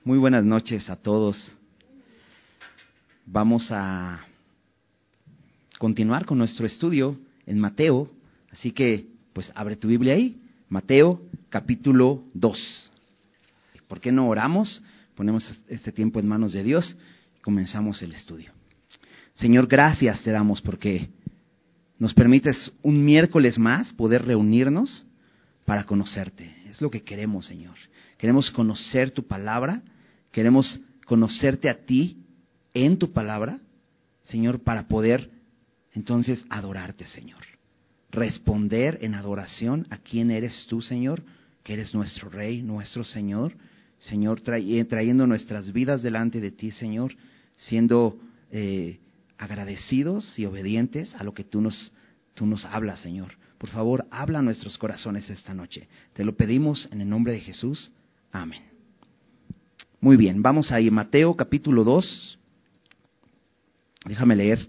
Muy buenas noches a todos. Vamos a continuar con nuestro estudio en Mateo, así que pues abre tu Biblia ahí, Mateo capítulo 2. ¿Por qué no oramos? Ponemos este tiempo en manos de Dios y comenzamos el estudio. Señor, gracias te damos porque nos permites un miércoles más poder reunirnos para conocerte. Es lo que queremos, Señor. Queremos conocer tu palabra, queremos conocerte a ti en tu palabra, Señor, para poder entonces adorarte, Señor. Responder en adoración a quién eres tú, Señor, que eres nuestro Rey, nuestro Señor. Señor, trayendo nuestras vidas delante de ti, Señor, siendo agradecidos y obedientes a lo que tú nos hablas, Señor. Por favor, habla a nuestros corazones esta noche. Te lo pedimos en el nombre de Jesús. Amén. Muy bien, vamos a ir Mateo capítulo 2. Déjame leer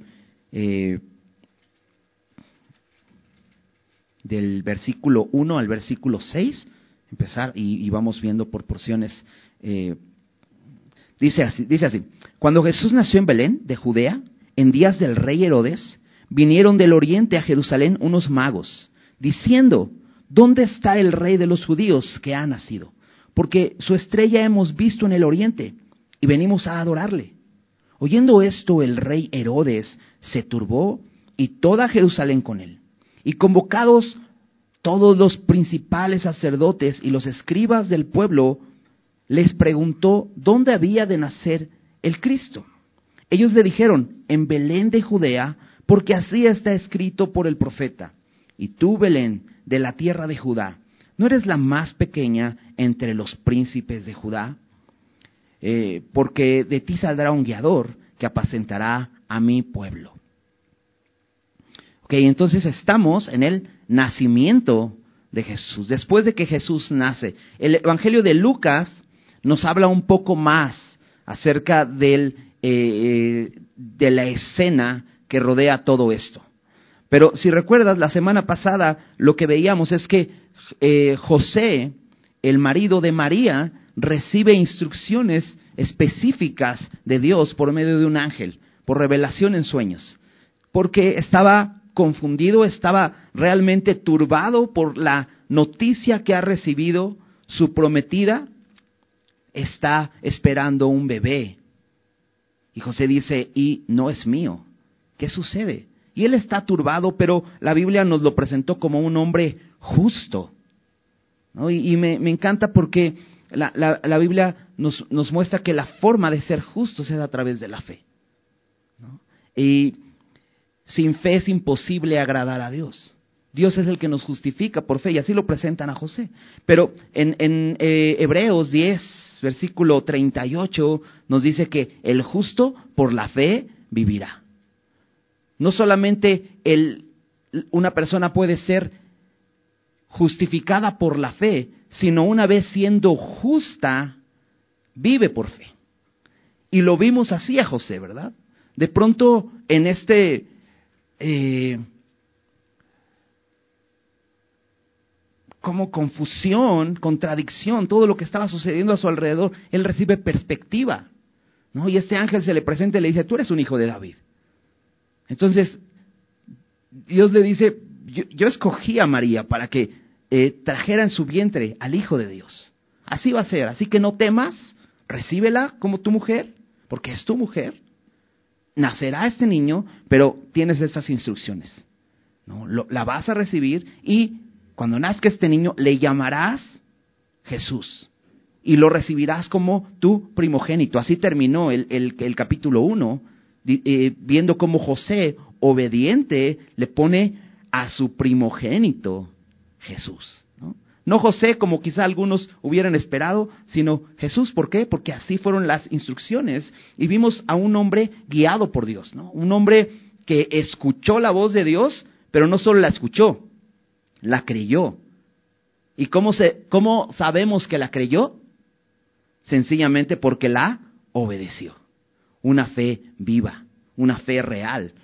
del versículo 1 al versículo 6, empezar y vamos viendo por porciones. Dice así, cuando Jesús nació en Belén, de Judea, en días del rey Herodes, vinieron del oriente a Jerusalén unos magos, diciendo, ¿dónde está el rey de los judíos que ha nacido? Porque su estrella hemos visto en el oriente y venimos a adorarle. Oyendo esto, el rey Herodes se turbó y toda Jerusalén con él. Y convocados todos los principales sacerdotes y los escribas del pueblo, les preguntó dónde había de nacer el Cristo. Ellos le dijeron, en Belén de Judea, porque así está escrito por el profeta. Y tú, Belén, de la tierra de Judá, ¿no eres la más pequeña entre los príncipes de Judá? Porque de ti saldrá un guiador que apacentará a mi pueblo. Ok, entonces estamos en el nacimiento de Jesús. Después de que Jesús nace, el Evangelio de Lucas nos habla un poco más acerca de la escena que rodea todo esto. Pero si recuerdas, la semana pasada lo que veíamos es que José, el marido de María, recibe instrucciones específicas de Dios por medio de un ángel, por revelación en sueños, porque estaba confundido, estaba realmente turbado por la noticia que ha recibido. Su prometida está esperando un bebé. Y José dice, y no es mío. ¿Qué sucede? Y él está turbado, pero la Biblia nos lo presentó como un hombre justo, ¿no? Y me encanta porque la Biblia nos muestra que la forma de ser justos es a través de la fe, ¿no? Y sin fe es imposible agradar a Dios. Dios es el que nos justifica por fe, y así lo presentan a José. Pero en Hebreos 10, versículo 38, nos dice que el justo por la fe vivirá. No solamente una persona puede ser justificada por la fe, sino una vez siendo justa, vive por fe. Y lo vimos así a José, ¿verdad? De pronto en como confusión, contradicción, todo lo que estaba sucediendo a su alrededor, él recibe perspectiva, ¿no? Y este ángel se le presenta y le dice, tú eres un hijo de David. Entonces, Dios le dice, yo escogí a María para que trajera en su vientre al Hijo de Dios. Así va a ser, así que no temas, recíbela como tu mujer, porque es tu mujer. Nacerá este niño, pero tienes estas instrucciones, ¿no? La vas a recibir y cuando nazca este niño le llamarás Jesús y lo recibirás como tu primogénito. Así terminó el capítulo 1, viendo cómo José, obediente, le pone a su primogénito Jesús, ¿no? No José como quizá algunos hubieran esperado, sino Jesús. ¿Por qué? Porque así fueron las instrucciones y vimos a un hombre guiado por Dios, ¿no? Un hombre que escuchó la voz de Dios, pero no solo la escuchó, la creyó. ¿Y cómo sabemos que la creyó? Sencillamente porque la obedeció. Una fe viva, una fe real.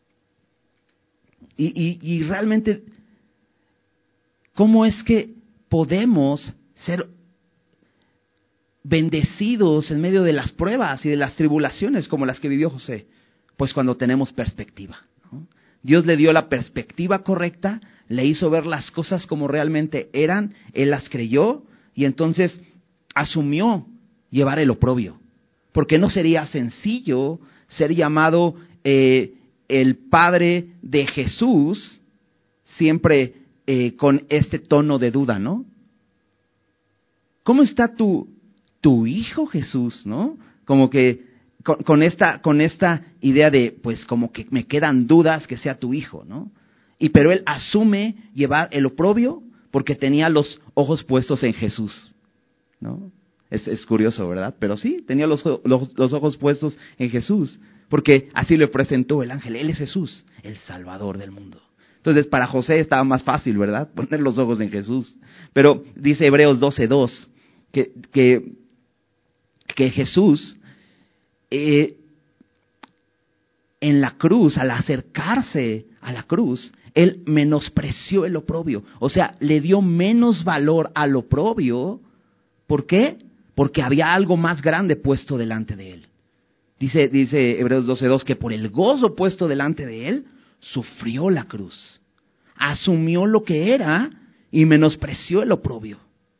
Y realmente, ¿cómo es que podemos ser bendecidos en medio de las pruebas y de las tribulaciones como las que vivió José? Pues cuando tenemos perspectiva, ¿no? Dios le dio la perspectiva correcta, le hizo ver las cosas como realmente eran, él las creyó y entonces asumió llevar el oprobio. Porque no sería sencillo ser llamado el padre de Jesús siempre con este tono de duda, ¿no? ¿Cómo está tu hijo Jesús, no? Como que con esta idea de, pues como que me quedan dudas que sea tu hijo, ¿no? Pero él asume llevar el oprobio porque tenía los ojos puestos en Jesús, ¿no? Es curioso, ¿verdad? Pero sí, tenía los ojos puestos en Jesús, porque así le presentó el ángel. Él es Jesús, el Salvador del mundo. Entonces, para José estaba más fácil, ¿verdad? Poner los ojos en Jesús. Pero dice Hebreos 12:2 que Jesús en la cruz, al acercarse a la cruz, él menospreció el oprobio. O sea, le dio menos valor al oprobio. ¿Por qué? Porque había algo más grande puesto delante de él. Dice Hebreos 12:2 que por el gozo puesto delante de él, sufrió la cruz. Asumió lo que era y menospreció el oprobio.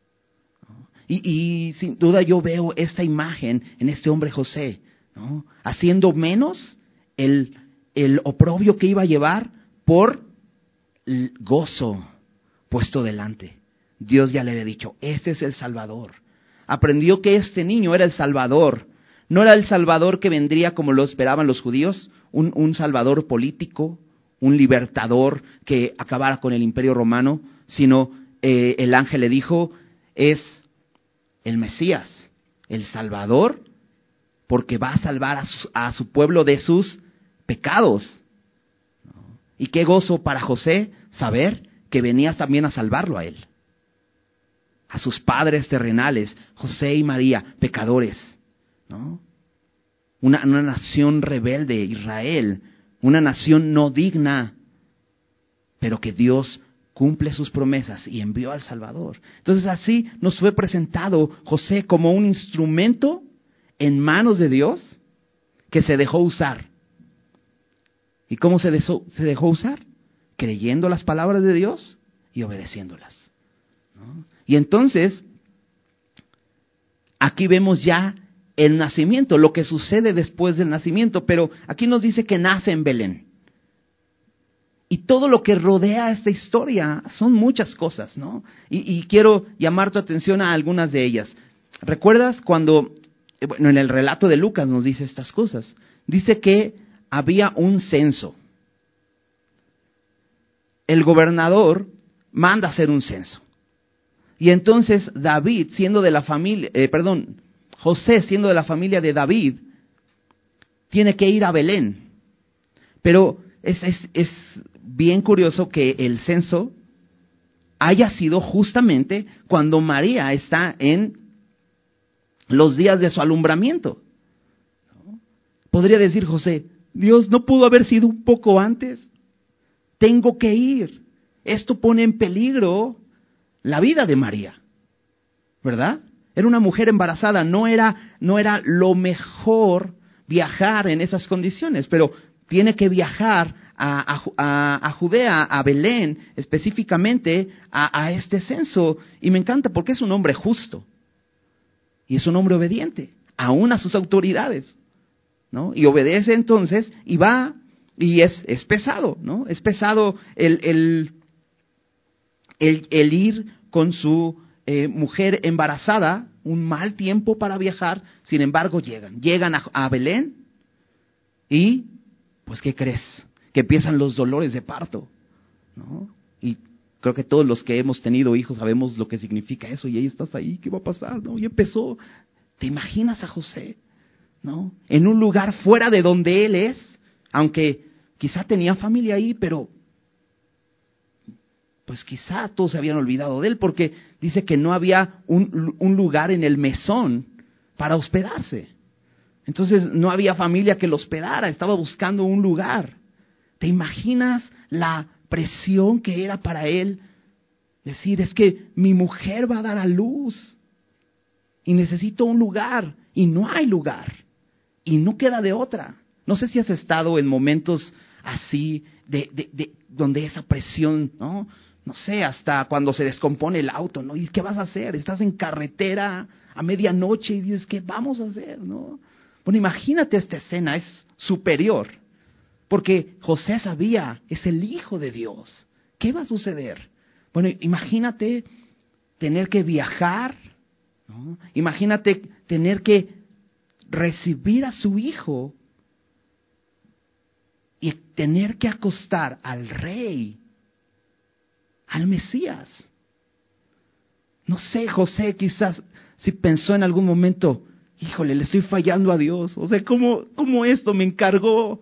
Y sin duda yo veo esta imagen en este hombre José, ¿no? Haciendo menos el oprobio que iba a llevar por el gozo puesto delante. Dios ya le había dicho, este es el Salvador. Aprendió que este niño era el Salvador. No era el Salvador que vendría como lo esperaban los judíos, un Salvador político, un libertador que acabara con el Imperio Romano, sino el ángel le dijo, es el Mesías, el Salvador, porque va a salvar a su pueblo de sus pecados. Y qué gozo para José saber que venía también a salvarlo a él, a sus padres terrenales, José y María, pecadores, ¿no? Una nación rebelde, Israel, una nación no digna, pero que Dios cumple sus promesas y envió al Salvador. Entonces así nos fue presentado José como un instrumento en manos de Dios que se dejó usar. ¿Y cómo se dejó usar? Creyendo las palabras de Dios y obedeciéndolas, ¿no? Y entonces, aquí vemos ya el nacimiento, lo que sucede después del nacimiento, pero aquí nos dice que nace en Belén. Y todo lo que rodea esta historia son muchas cosas, ¿no? Y quiero llamar tu atención a algunas de ellas. ¿Recuerdas cuando, bueno, en el relato de Lucas nos dice estas cosas? Dice que había un censo. El gobernador manda hacer un censo. Y entonces David, siendo de la familia, José, siendo de la familia de David, tiene que ir a Belén. Pero es bien curioso que el censo haya sido justamente cuando María está en los días de su alumbramiento. Podría decir José, Dios, ¿no pudo haber sido un poco antes? Tengo que ir. Esto pone en peligro la vida de María, ¿verdad? Era una mujer embarazada, no era lo mejor viajar en esas condiciones, pero tiene que viajar a Judea, a Belén, específicamente a este censo. Y me encanta porque es un hombre justo y es un hombre obediente, aún a sus autoridades, ¿no? Y obedece entonces y va, y es pesado, ¿no? Es pesado el ir con su mujer embarazada, un mal tiempo para viajar. Sin embargo llegan a Belén y, pues, ¿qué crees? Que empiezan los dolores de parto, ¿no? Y creo que todos los que hemos tenido hijos sabemos lo que significa eso. Y ahí estás ahí, ¿qué va a pasar? ¿No? Y empezó. ¿Te imaginas a José, no? En un lugar fuera de donde él es, aunque quizá tenía familia ahí, pero pues quizá todos se habían olvidado de él, porque dice que no había un lugar en el mesón para hospedarse. Entonces no había familia que lo hospedara, estaba buscando un lugar. ¿Te imaginas la presión que era para él? Decir, es que mi mujer va a dar a luz. y necesito un lugar y no hay lugar y no queda de otra. No sé si has estado en momentos así de donde esa presión, ¿no? No sé, hasta cuando se descompone el auto, ¿no? ¿Y qué vas a hacer? Estás en carretera a medianoche y dices, ¿qué vamos a hacer? ¿No? Bueno, imagínate esta escena, es superior, porque José sabía, es el Hijo de Dios. ¿Qué va a suceder? Bueno, imagínate tener que viajar, ¿no? Imagínate tener que recibir a su hijo y tener que acostar al rey, al Mesías. No sé, José quizás si pensó en algún momento, híjole, le estoy fallando a Dios. O sea, ¿cómo esto me encargó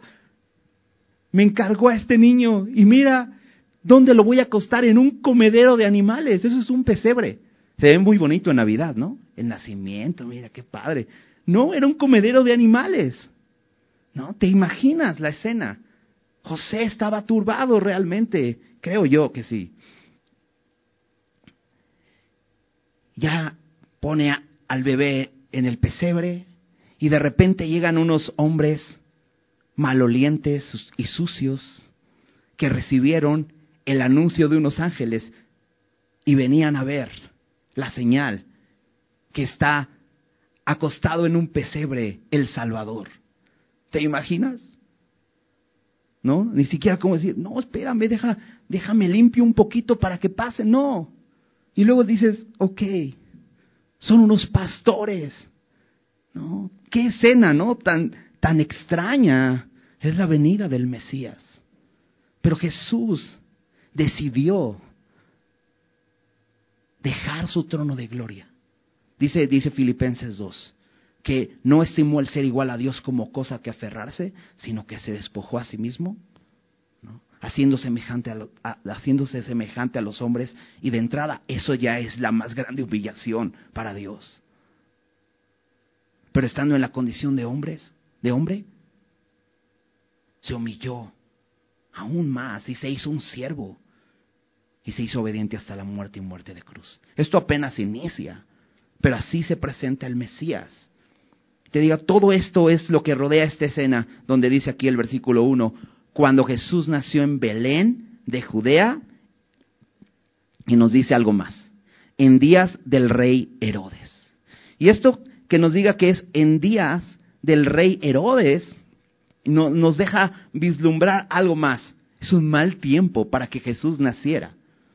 a este niño? Y mira, ¿dónde lo voy a acostar? En un comedero de animales. Eso es un pesebre. Se ve muy bonito en Navidad, ¿no? El nacimiento, mira qué padre. No, era un comedero de animales. ¿No? ¿Te imaginas la escena? José estaba turbado realmente. Creo yo que sí. Ya pone al bebé en el pesebre y de repente llegan unos hombres malolientes y sucios que recibieron el anuncio de unos ángeles y venían a ver la señal que está acostado en un pesebre el Salvador. ¿Te imaginas? ¿No? Ni siquiera como decir, no, espérame, déjame limpio un poquito para que pase. No. Y luego dices, ok, son unos pastores, ¿no? Qué escena, ¿no? Tan extraña es la venida del Mesías. Pero Jesús decidió dejar su trono de gloria. Dice Filipenses 2, que no estimó el ser igual a Dios como cosa que aferrarse, sino que se despojó a sí mismo, ¿no? Haciéndose semejante a los hombres, y de entrada eso ya es la más grande humillación para Dios. Pero estando en la condición de hombre, se humilló aún más y se hizo un siervo y se hizo obediente hasta la muerte y muerte de cruz. Esto apenas inicia, pero así se presenta el Mesías. Te digo, todo esto es lo que rodea esta escena donde dice aquí el versículo 1, cuando Jesús nació en Belén de Judea, y nos dice algo más, en días del rey Herodes. Y esto que nos diga que es en días del rey Herodes, nos deja vislumbrar algo más. Es un mal tiempo para que Jesús naciera.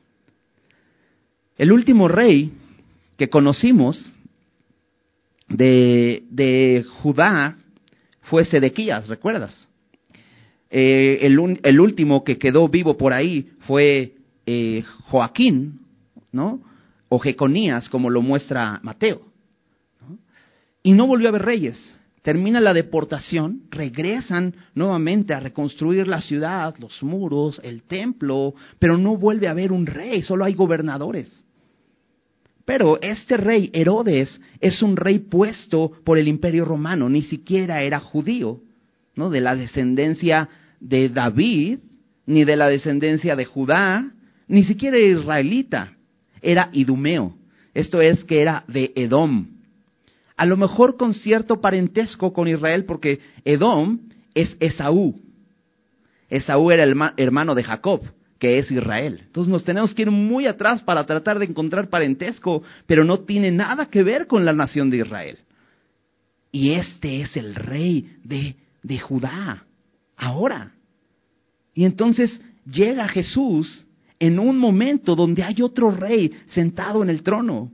El último rey que conocimos de Judá fue Sedequías, ¿recuerdas? El último que quedó vivo por ahí fue Joaquín, ¿no? O Jeconías, como lo muestra Mateo, ¿no? Y no volvió a haber reyes. Termina la deportación, regresan nuevamente a reconstruir la ciudad, los muros, el templo, pero no vuelve a haber un rey, solo hay gobernadores. Pero este rey Herodes es un rey puesto por el Imperio Romano, ni siquiera era judío, ¿no? De la descendencia de David, ni de la descendencia de Judá, ni siquiera era israelita, era idumeo. Esto es que era de Edom. A lo mejor con cierto parentesco con Israel, porque Edom es Esaú. Esaú era el hermano de Jacob, que es Israel. Entonces nos tenemos que ir muy atrás para tratar de encontrar parentesco, pero no tiene nada que ver con la nación de Israel. Y este es el rey de Judá, ahora. Y entonces llega Jesús en un momento donde hay otro rey sentado en el trono.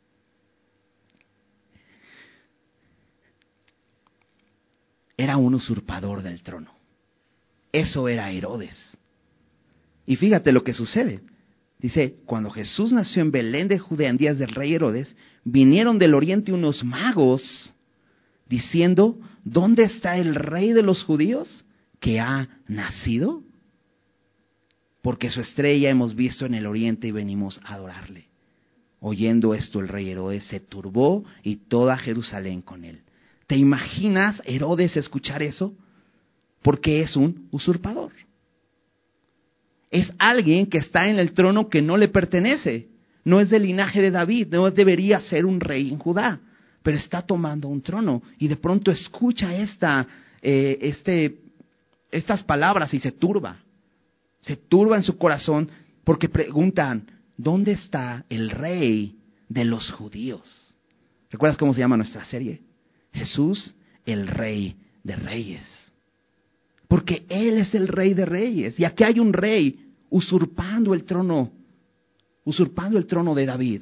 Era un usurpador del trono. Eso era Herodes. Y fíjate lo que sucede. Dice, cuando Jesús nació en Belén de Judea en días del rey Herodes, vinieron del oriente unos magos diciendo, ¿dónde está el rey de los judíos que ha nacido? Porque su estrella hemos visto en el oriente y venimos a adorarle. Oyendo esto, el rey Herodes se turbó y toda Jerusalén con él. ¿Te imaginas Herodes escuchar eso? Porque es un usurpador. Es alguien que está en el trono que no le pertenece. No es del linaje de David, no debería ser un rey en Judá. pero está tomando un trono. Y de pronto escucha estas palabras y se turba en su corazón porque preguntan, ¿dónde está el rey de los judíos? ¿Recuerdas cómo se llama nuestra serie? Jesús, el Rey de Reyes. Porque Él es el Rey de Reyes. Y aquí hay un rey usurpando el trono de David,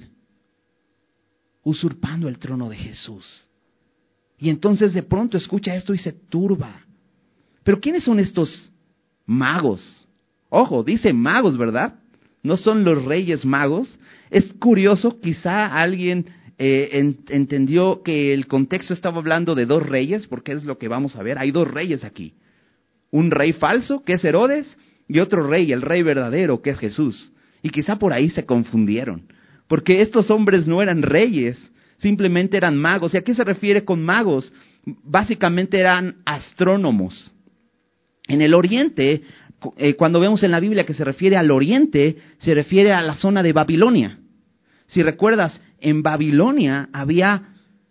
usurpando el trono de Jesús. Y entonces de pronto escucha esto y se turba. Pero ¿quiénes son estos magos? Ojo, dice magos, ¿verdad? No son los reyes magos. Es curioso, quizá alguien entendió que el contexto estaba hablando de dos reyes, porque es lo que vamos a ver. Hay dos reyes aquí. Un rey falso, que es Herodes, y otro rey, el rey verdadero, que es Jesús. Y quizá por ahí se confundieron, porque estos hombres no eran reyes, simplemente eran magos. ¿Y a qué se refiere con magos? Básicamente eran astrónomos. En el Oriente, cuando vemos en la Biblia que se refiere al Oriente, se refiere a la zona de Babilonia. Si recuerdas, en Babilonia había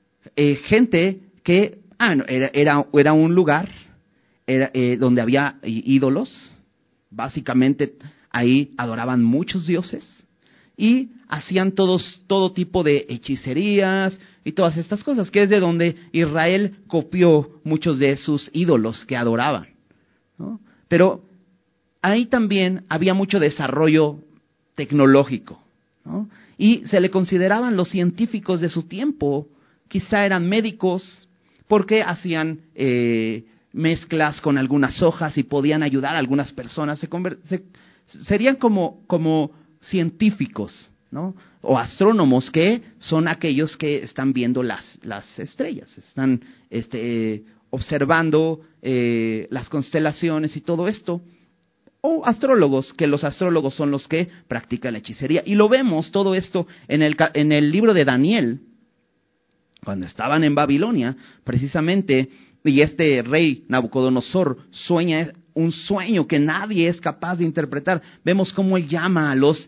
gente que era un lugar donde había ídolos. Básicamente ahí adoraban muchos dioses y hacían todo tipo de hechicerías y todas estas cosas, que es de donde Israel copió muchos de sus ídolos que adoraban, ¿no? Pero ahí también había mucho desarrollo tecnológico, ¿no? Y se le consideraban los científicos de su tiempo. Quizá eran médicos porque hacían mezclas con algunas hojas y podían ayudar a algunas personas. Serían como científicos, ¿no? O astrónomos, que son aquellos que están viendo las estrellas, están observando las constelaciones y todo esto. O astrólogos, que los astrólogos son los que practican la hechicería. Y lo vemos todo esto en el libro de Daniel, cuando estaban en Babilonia, precisamente, y este rey Nabucodonosor sueña un sueño que nadie es capaz de interpretar. Vemos cómo él llama a los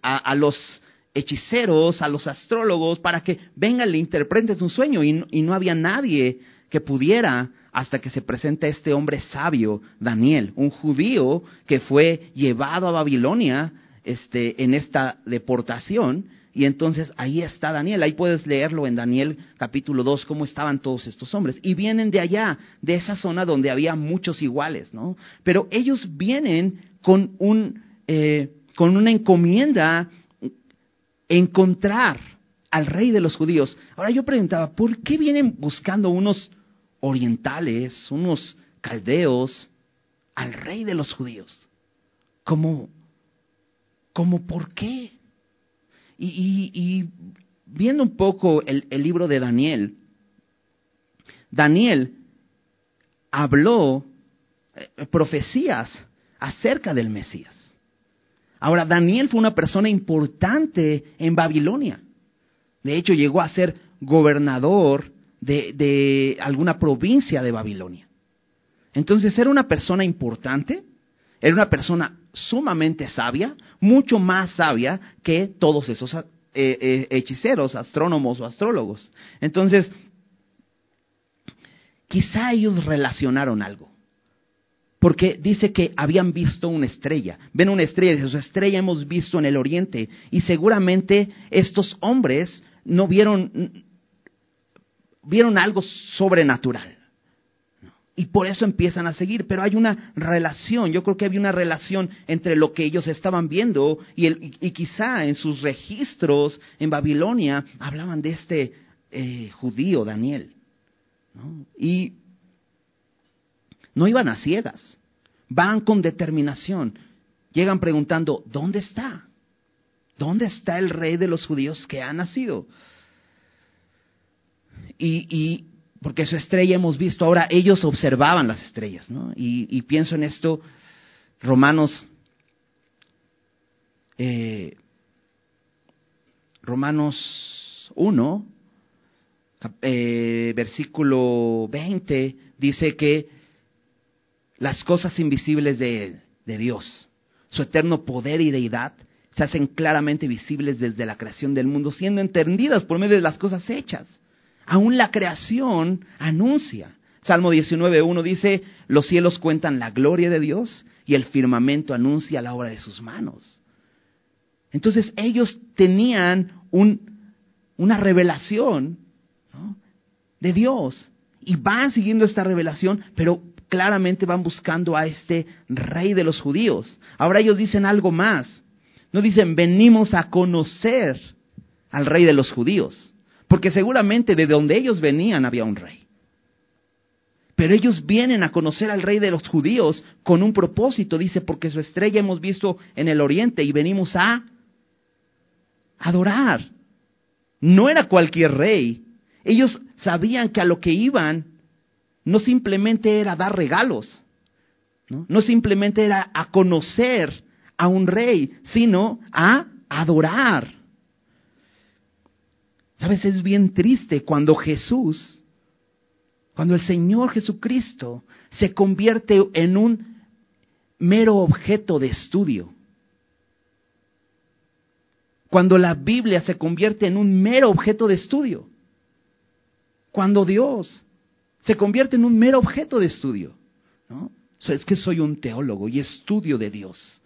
hechiceros, a los astrólogos, para que vengan y le interpreten su sueño, y no había nadie que pudiera, hasta que se presenta este hombre sabio, Daniel, un judío que fue llevado a Babilonia en esta deportación. Y entonces ahí está Daniel, ahí puedes leerlo en Daniel capítulo 2, cómo estaban todos estos hombres. Y vienen de allá, de esa zona donde había muchos iguales, ¿no? Pero ellos vienen con una encomienda, encontrar al rey de los judíos. Ahora yo preguntaba, ¿por qué vienen buscando unos orientales, unos caldeos, al rey de los judíos? ¿Cómo por qué? Y viendo un poco el libro de Daniel, Daniel habló profecías acerca del Mesías. Ahora, Daniel fue una persona importante en Babilonia. De hecho, llegó a ser gobernador de alguna provincia de Babilonia. Entonces, era una persona importante, era una persona sumamente sabia, mucho más sabia que todos esos hechiceros, astrónomos o astrólogos. Entonces, quizá ellos relacionaron algo, porque dice que habían visto una estrella. Ven una estrella, dice, su estrella hemos visto en el oriente, y seguramente estos hombres no vieron algo sobrenatural. Y por eso empiezan a seguir, pero hay una relación. Yo creo que había una relación entre lo que ellos estaban viendo y quizá en sus registros en Babilonia hablaban de este judío, Daniel, ¿no? Y no iban a ciegas, van con determinación. Llegan preguntando, ¿dónde está? ¿Dónde está el rey de los judíos que ha nacido? Y porque su estrella hemos visto. Ahora ellos observaban las estrellas, ¿no? Y pienso en esto, Romanos 1, versículo 20, dice que las cosas invisibles de Dios, su eterno poder y deidad, se hacen claramente visibles desde la creación del mundo, siendo entendidas por medio de las cosas hechas. Aún la creación anuncia. Salmo 19:1 dice, los cielos cuentan la gloria de Dios y el firmamento anuncia la obra de sus manos. Entonces ellos tenían una revelación, ¿no?, de Dios y van siguiendo esta revelación, pero claramente van buscando a este rey de los judíos. Ahora ellos dicen algo más. No dicen, venimos a conocer al rey de los judíos, porque seguramente de donde ellos venían había un rey. Pero ellos vienen a conocer al rey de los judíos con un propósito. Dice, porque su estrella hemos visto en el oriente y venimos a adorar. No era cualquier rey. Ellos sabían que a lo que iban no simplemente era dar regalos, no simplemente era a conocer a un rey, sino a adorar. ¿Sabes? Es bien triste cuando el Señor Jesucristo se convierte en un mero objeto de estudio. Cuando la Biblia se convierte en un mero objeto de estudio. Cuando Dios se convierte en un mero objeto de estudio, ¿no? Es que soy un teólogo y estudio de Dios.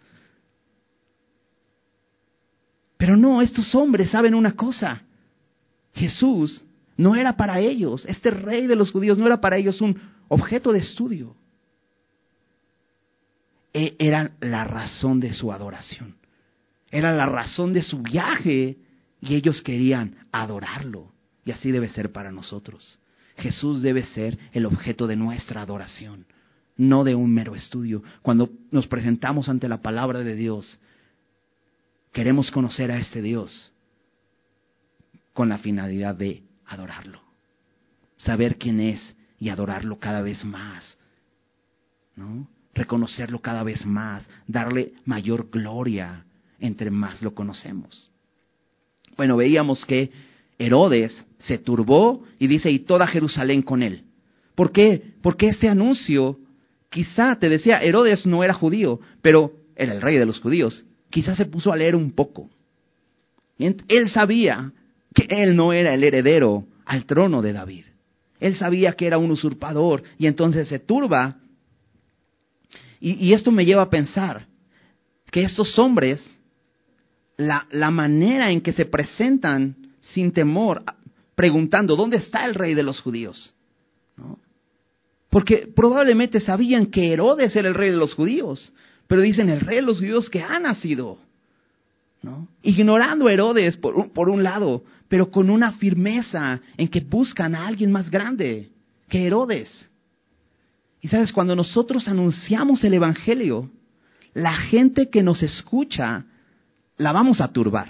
Pero no, estos hombres saben una cosa. Jesús no era para ellos, este rey de los judíos no era para ellos un objeto de estudio. Era la razón de su adoración. Era la razón de su viaje y ellos querían adorarlo. Y así debe ser para nosotros. Jesús debe ser el objeto de nuestra adoración, no de un mero estudio. Cuando nos presentamos ante la palabra de Dios, queremos conocer a este Dios con la finalidad de adorarlo, saber quién es y adorarlo cada vez más, ¿no? Reconocerlo cada vez más, darle mayor gloria entre más lo conocemos. Bueno, veíamos que Herodes se turbó y dice, y toda Jerusalén con él. ¿Por qué? Porque ese anuncio, quizá, te decía, Herodes no era judío, pero era el rey de los judíos. Quizá se puso a leer un poco. Él sabía que él no era el heredero al trono de David. Él sabía que era un usurpador y entonces se turba. Y esto me lleva a pensar que estos hombres, la manera en que se presentan sin temor, preguntando, ¿dónde está el rey de los judíos? ¿No? Porque probablemente sabían que Herodes era el rey de los judíos, pero dicen, el rey de los judíos que ha nacido, ¿no? Ignorando a Herodes por un lado, pero con una firmeza en que buscan a alguien más grande que Herodes. Y sabes, cuando nosotros anunciamos el evangelio, la gente que nos escucha la vamos a turbar.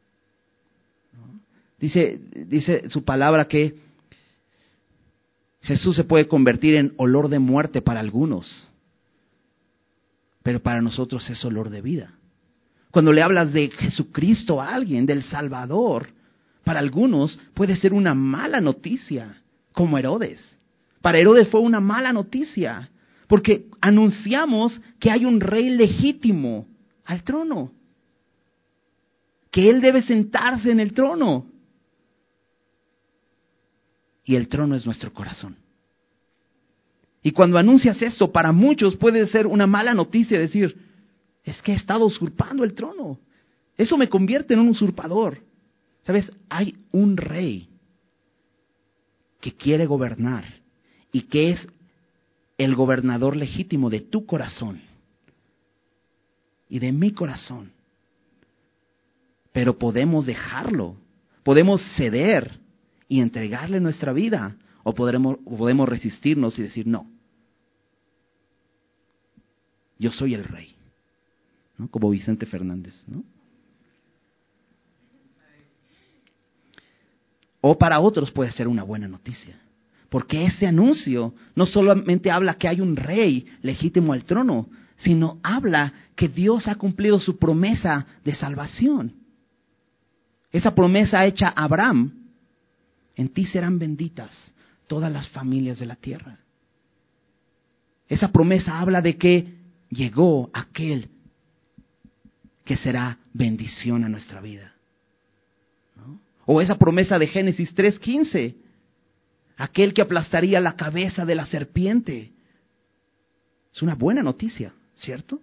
Dice su palabra que Jesús se puede convertir en olor de muerte para algunos, pero para nosotros es olor de vida. Cuando le hablas de Jesucristo a alguien, del Salvador, para algunos puede ser una mala noticia, como Herodes. Para Herodes fue una mala noticia, porque anunciamos que hay un rey legítimo al trono, que él debe sentarse en el trono. Y el trono es nuestro corazón. Y cuando anuncias esto, para muchos puede ser una mala noticia decir, es que he estado usurpando el trono. Eso me convierte en un usurpador. ¿Sabes? Hay un rey que quiere gobernar y que es el gobernador legítimo de tu corazón y de mi corazón. Pero podemos dejarlo, podemos ceder y entregarle nuestra vida, o podemos resistirnos y decir, no, yo soy el rey, ¿no? Como Vicente Fernández, ¿no? O para otros puede ser una buena noticia, porque ese anuncio no solamente habla que hay un rey legítimo al trono, sino habla que Dios ha cumplido su promesa de salvación. Esa promesa hecha a Abraham, en ti serán benditas todas las familias de la tierra. Esa promesa habla de que llegó aquel que será bendición a nuestra vida, ¿no? O esa promesa de Génesis 3:15, aquel que aplastaría la cabeza de la serpiente. Es una buena noticia, ¿cierto?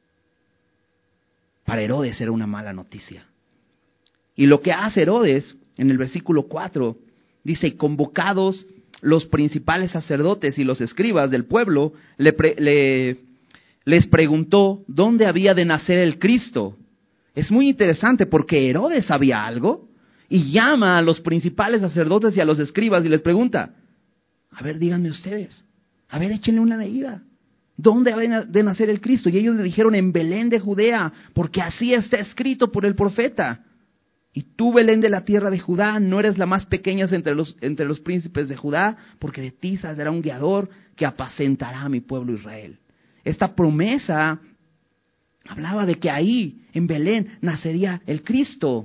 Para Herodes era una mala noticia. Y lo que hace Herodes, en el versículo 4, dice, convocados los principales sacerdotes y los escribas del pueblo, les preguntó dónde había de nacer el Cristo. Es muy interesante porque Herodes sabía algo y llama a los principales sacerdotes y a los escribas y les pregunta, a ver, díganme ustedes, a ver, échenle una leída. ¿Dónde ha de nacer el Cristo? Y ellos le dijeron, en Belén de Judea, porque así está escrito por el profeta. Y tú, Belén de la tierra de Judá, no eres la más pequeña entre los príncipes de Judá, porque de ti saldrá un guiador que apacentará a mi pueblo Israel. Esta promesa hablaba de que ahí, en Belén, nacería el Cristo.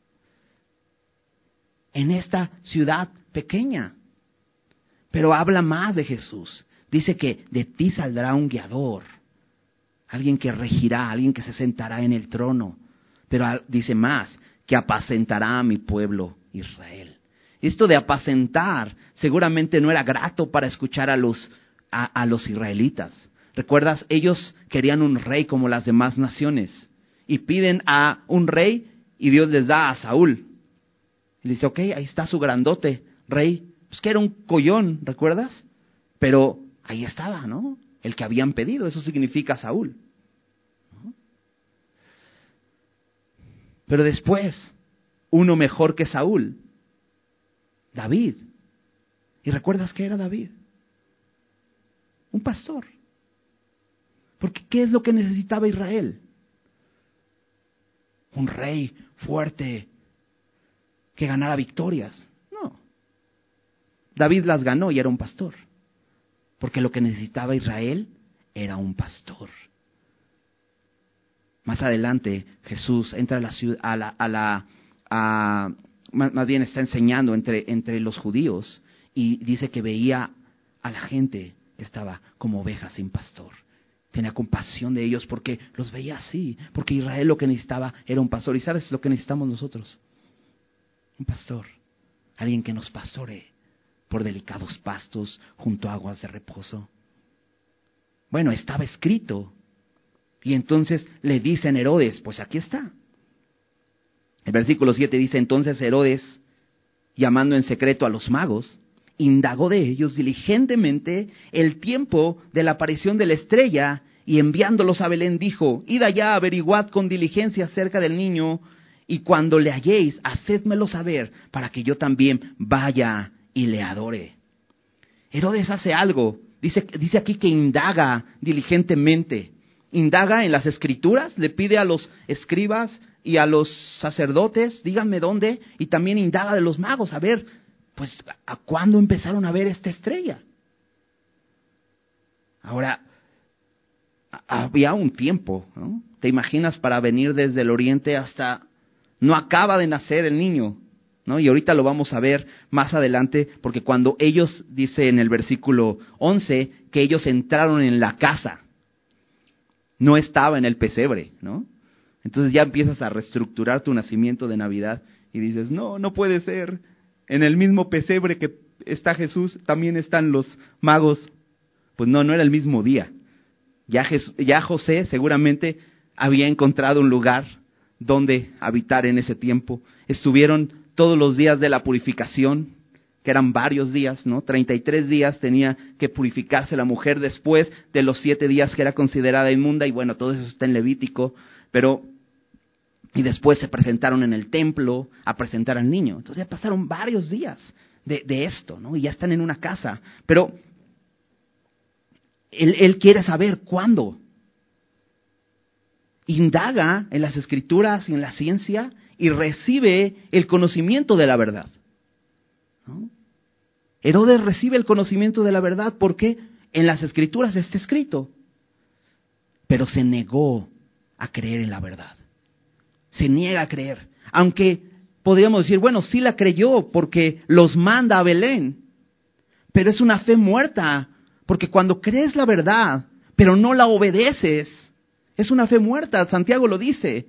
En esta ciudad pequeña. Pero habla más de Jesús. Dice que de ti saldrá un guiador. Alguien que regirá, alguien que se sentará en el trono. Pero dice más, que apacentará a mi pueblo Israel. Esto de apacentar seguramente no era grato para escuchar a los israelitas. ¿Recuerdas? Ellos querían un rey como las demás naciones. Y piden a un rey y Dios les da a Saúl. Y dice, ok, ahí está su grandote rey. Pues que era un collón, ¿recuerdas? Pero ahí estaba, ¿no? El que habían pedido, eso significa Saúl. ¿No? Pero después, uno mejor que Saúl, David. ¿Y recuerdas qué era David? Un pastor. Porque ¿qué es lo que necesitaba Israel? Un rey fuerte que ganara victorias. No. David las ganó y era un pastor. Porque lo que necesitaba Israel era un pastor. Más adelante Jesús entra a la ciudad, más bien está enseñando entre los judíos y dice que veía a la gente que estaba como ovejas sin pastor. Tenía compasión de ellos porque los veía así, porque Israel lo que necesitaba era un pastor. ¿Y sabes lo que necesitamos nosotros? Un pastor, alguien que nos pastoree por delicados pastos junto a aguas de reposo. Bueno, estaba escrito. Y entonces le dicen Herodes, pues aquí está. El versículo 7 dice, entonces Herodes, llamando en secreto a los magos, indagó de ellos diligentemente el tiempo de la aparición de la estrella y enviándolos a Belén dijo, id allá, averiguad con diligencia acerca del niño y cuando le halléis, hacedmelo saber para que yo también vaya y le adore. Herodes hace algo, dice aquí que indaga diligentemente. Indaga en las escrituras, le pide a los escribas y a los sacerdotes, díganme dónde, y también indaga de los magos, a ver, pues, ¿a cuándo empezaron a ver esta estrella? Ahora, había un tiempo, ¿no? ¿Te imaginas para venir desde el oriente hasta, no acaba de nacer el niño, ¿no? Y ahorita lo vamos a ver más adelante, porque cuando ellos, dice en el versículo 11, que ellos entraron en la casa, no estaba en el pesebre, ¿no? Entonces ya empiezas a reestructurar tu nacimiento de Navidad y dices, no puede ser. En el mismo pesebre que está Jesús, también están los magos. Pues no era el mismo día. Ya José seguramente había encontrado un lugar donde habitar en ese tiempo. Estuvieron todos los días de la purificación, que eran varios días, ¿no? 33 días tenía que purificarse la mujer después de los 7 días que era considerada inmunda, y bueno, todo eso está en Levítico, y después se presentaron en el templo a presentar al niño. Entonces ya pasaron varios días de esto, ¿no? Y ya están en una casa, pero él quiere saber cuándo. Indaga en las escrituras y en la ciencia y recibe el conocimiento de la verdad, ¿no? Herodes recibe el conocimiento de la verdad porque en las escrituras está escrito, pero se negó a creer en la verdad. Se niega a creer, aunque podríamos decir, bueno, sí la creyó porque los manda a Belén, pero es una fe muerta, porque cuando crees la verdad, pero no la obedeces, es una fe muerta. Santiago lo dice.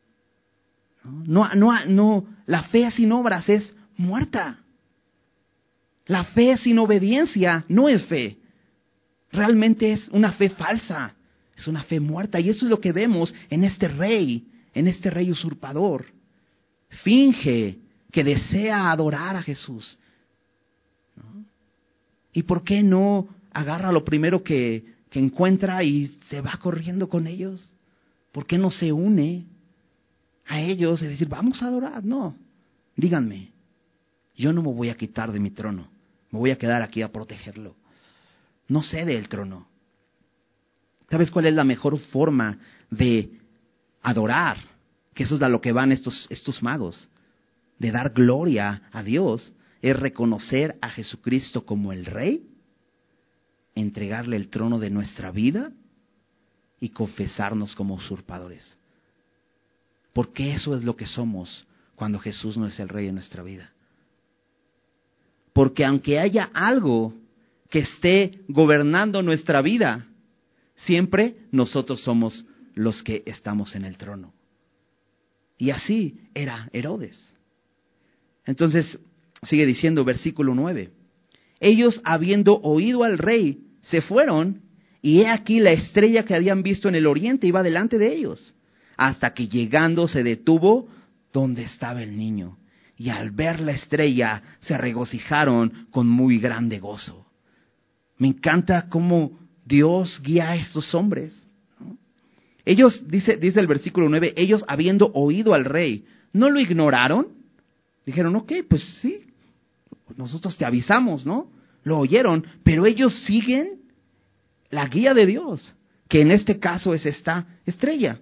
No, la fe sin obras es muerta. La fe sin obediencia no es fe. Realmente es una fe falsa. Es una fe muerta. Y eso es lo que vemos en este rey usurpador. Finge que desea adorar a Jesús, ¿no? ¿Y por qué no agarra lo primero que encuentra y se va corriendo con ellos? ¿Por qué no se une a ellos y decir, vamos a adorar? No, díganme, yo no me voy a quitar de mi trono, me voy a quedar aquí a protegerlo. No cede el trono. ¿Sabes cuál es la mejor forma de adorar? Que eso es a lo que van estos magos, de dar gloria a Dios, es reconocer a Jesucristo como el Rey, entregarle el trono de nuestra vida y confesarnos como usurpadores. Porque eso es lo que somos cuando Jesús no es el Rey de nuestra vida. Porque aunque haya algo que esté gobernando nuestra vida, siempre nosotros somos los que estamos en el trono. Y así era Herodes. Entonces, sigue diciendo versículo 9. Ellos, habiendo oído al rey, se fueron, y he aquí la estrella que habían visto en el oriente iba delante de ellos, hasta que llegando se detuvo donde estaba el niño. Y al ver la estrella se regocijaron con muy grande gozo. Me encanta cómo Dios guía a estos hombres, ¿no? Ellos, dice el versículo 9, ellos habiendo oído al rey, ¿no lo ignoraron? Dijeron, ok, pues sí, nosotros te avisamos, ¿no? Lo oyeron, pero ellos siguen la guía de Dios, que en este caso es esta estrella.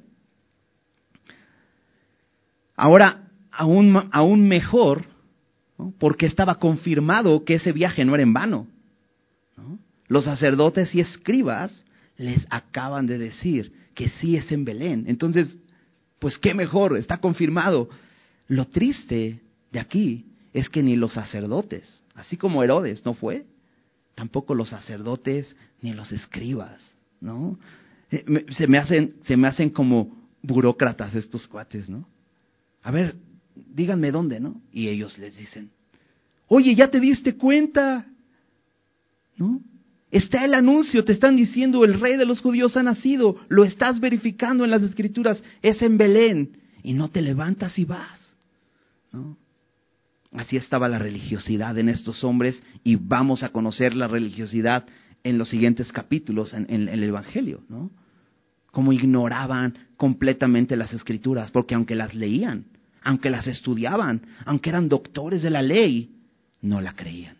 Ahora, aún mejor, ¿no? Porque estaba confirmado que ese viaje no era en vano, ¿no? Los sacerdotes y escribas les acaban de decir que sí es en Belén. Entonces, pues qué mejor, está confirmado. Lo triste de aquí es que ni los sacerdotes, así como Herodes no fue, tampoco los sacerdotes ni los escribas, ¿no? Se me hacen como burócratas estos cuates, ¿no? A ver, díganme dónde, ¿no? Y ellos les dicen, oye, ¿ya te diste cuenta? ¿No? Está el anuncio, te están diciendo, el rey de los judíos ha nacido, lo estás verificando en las escrituras, es en Belén, y no te levantas y vas, ¿no? Así estaba la religiosidad en estos hombres, y vamos a conocer la religiosidad en los siguientes capítulos en el Evangelio, ¿no? Cómo ignoraban completamente las escrituras, porque aunque las leían, aunque las estudiaban, aunque eran doctores de la ley, no la creían.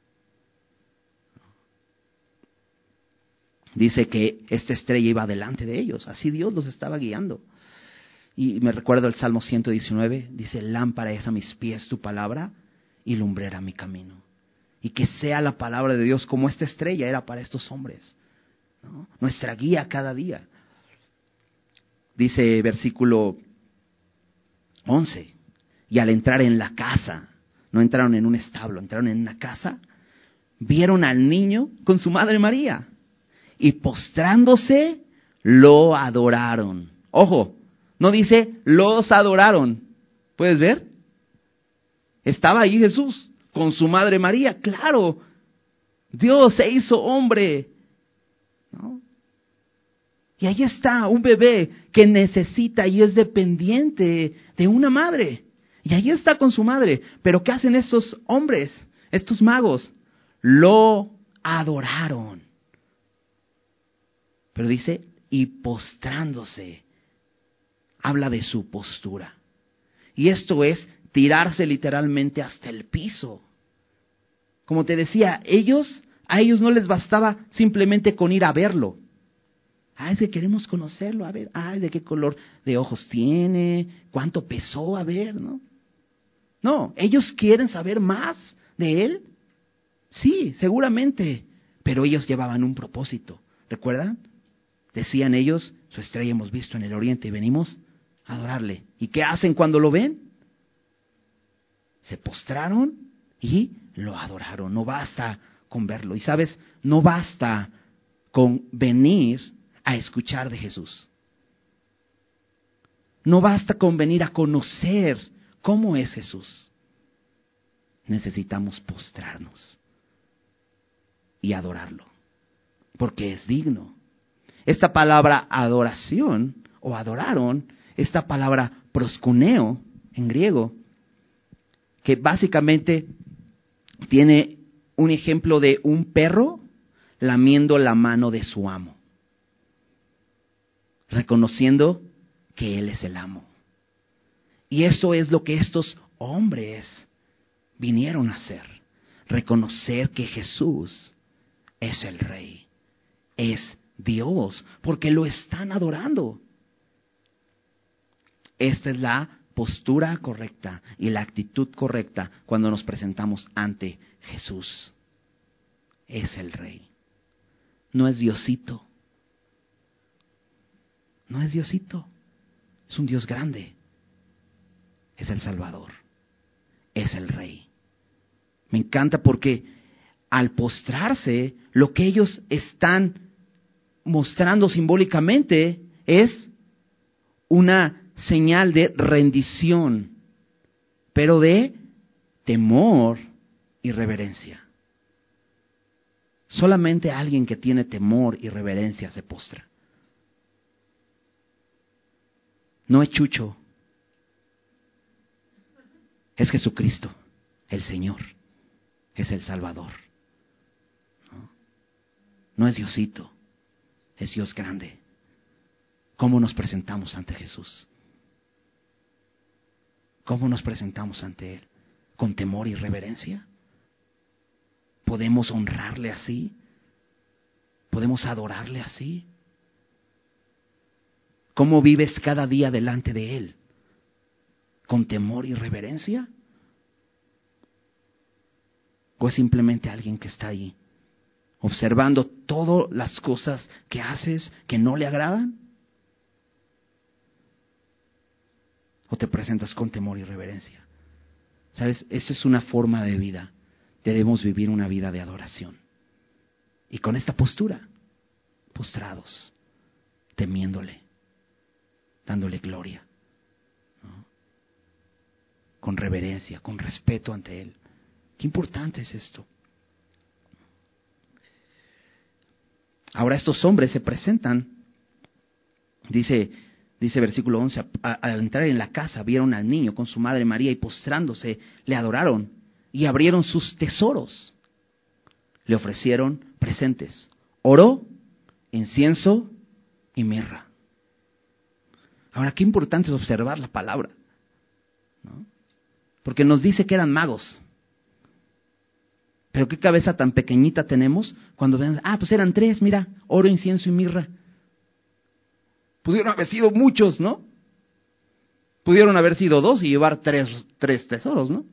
Dice que esta estrella iba delante de ellos, así Dios los estaba guiando. Y me recuerdo el Salmo 119, dice, lámpara es a mis pies tu palabra y lumbrera mi camino. Y que sea la palabra de Dios como esta estrella era para estos hombres, ¿no? Nuestra guía cada día. Dice versículo 11, y al entrar en la casa, no entraron en un establo, entraron en una casa, vieron al niño con su madre María, y postrándose lo adoraron. Ojo, no dice los adoraron. ¿Puedes ver? Estaba ahí Jesús con su madre María. Claro, Dios se hizo hombre, ¿no? Y ahí está un bebé que necesita y es dependiente de una madre. Y ahí está con su madre. Pero ¿qué hacen estos hombres, estos magos? Lo adoraron. Pero dice, y postrándose. Habla de su postura. Y esto es tirarse literalmente hasta el piso. Como te decía, a ellos no les bastaba simplemente con ir a verlo. Es que queremos conocerlo, a ver, de qué color de ojos tiene, cuánto pesó, a ver, ¿no? No, ellos quieren saber más de él. Sí, seguramente, pero ellos llevaban un propósito. ¿Recuerdan? Decían ellos, su estrella hemos visto en el oriente y venimos a adorarle. ¿Y qué hacen cuando lo ven? Se postraron y lo adoraron. No basta con verlo. Y sabes, no basta con venir a escuchar de Jesús. No basta con venir a conocer cómo es Jesús. Necesitamos postrarnos. y adorarlo, porque es digno. Esta palabra adoración o adoraron, esta palabra proskuneo en griego, que básicamente tiene un ejemplo de un perro lamiendo la mano de su amo, reconociendo que él es el amo. Y eso es lo que estos hombres vinieron a hacer, reconocer que Jesús es el Rey, es Dios, porque lo están adorando. Esta es la postura correcta y la actitud correcta cuando nos presentamos ante Jesús. Es el Rey. No es Diosito. No es Diosito. Es un Dios grande. Es el Salvador. Es el Rey. Me encanta porque al postrarse, lo que ellos están mostrando simbólicamente es una señal de rendición, pero de temor y reverencia. Solamente alguien que tiene temor y reverencia se postra. No es Chucho, es Jesucristo, el Señor, es el Salvador. No es Diosito, es Dios grande. ¿Cómo nos presentamos ante Jesús? ¿Cómo nos presentamos ante Él? ¿Con temor y reverencia? ¿Podemos honrarle así? ¿Podemos adorarle así? ¿Cómo vives cada día delante de Él? ¿Con temor y reverencia? ¿O es simplemente alguien que está ahí, observando todas las cosas que haces que no le agradan? ¿O te presentas con temor y reverencia? ¿Sabes? Eso es una forma de vida. Debemos vivir una vida de adoración. Y con esta postura, postrados, temiéndole, dándole gloria, ¿no? Con reverencia, con respeto ante Él. Qué importante es esto. Ahora estos hombres se presentan, dice versículo 11, al entrar en la casa vieron al niño con su madre María y postrándose le adoraron y abrieron sus tesoros. Le ofrecieron presentes, oro, incienso y mirra. Ahora, qué importante es observar la palabra, ¿no? Porque nos dice que eran magos. Pero qué cabeza tan pequeñita tenemos cuando ven, pues eran 3, mira, oro, incienso y mirra. Pudieron haber sido muchos, ¿no? Pudieron haber sido 2 y llevar 3 tesoros, ¿no?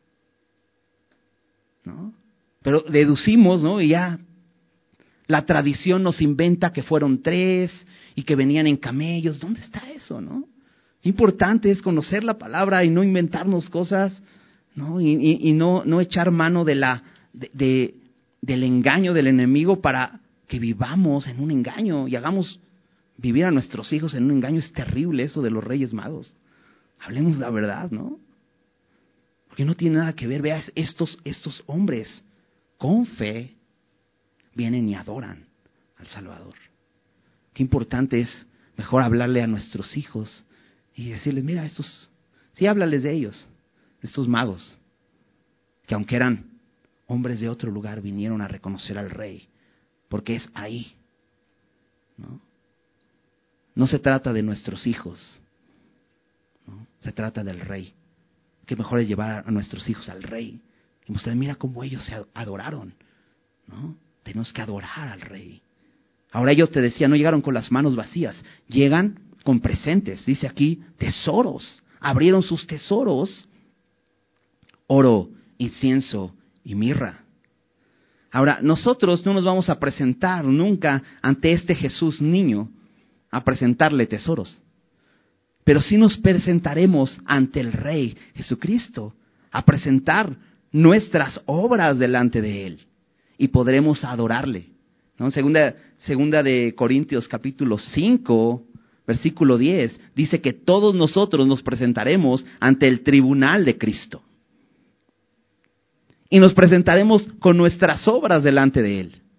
Pero deducimos, ¿no? Y ya la tradición nos inventa que fueron 3 y que venían en camellos. ¿Dónde está eso, no? Importante es conocer la palabra y no inventarnos cosas, ¿no? Y no echar mano del engaño del enemigo para que vivamos en un engaño y hagamos vivir a nuestros hijos en un engaño. Es terrible eso de los Reyes Magos. Hablemos la verdad, ¿no? Porque no tiene nada que ver. Veas, estos hombres con fe vienen y adoran al Salvador. Qué importante es mejor hablarle a nuestros hijos y decirles, mira, sí, háblales de ellos, estos magos, que aunque eran hombres de otro lugar, vinieron a reconocer al Rey, porque es ahí, ¿no? No se trata de nuestros hijos, ¿no? Se trata del Rey. Qué mejor es llevar a nuestros hijos al Rey y mostrar, mira cómo ellos se adoraron, ¿no? Tenemos que adorar al Rey. Ahora ellos, te decía, no llegaron con las manos vacías, llegan con presentes. Dice aquí, tesoros. Abrieron sus tesoros, oro, incienso y mirra. Ahora, nosotros no nos vamos a presentar nunca ante este Jesús niño a presentarle tesoros. Pero sí nos presentaremos ante el Rey Jesucristo a presentar nuestras obras delante de Él y podremos adorarle, ¿no? Segunda de Corintios capítulo 5, versículo 10, dice que todos nosotros nos presentaremos ante el tribunal de Cristo. Y nos presentaremos con nuestras obras delante de Él.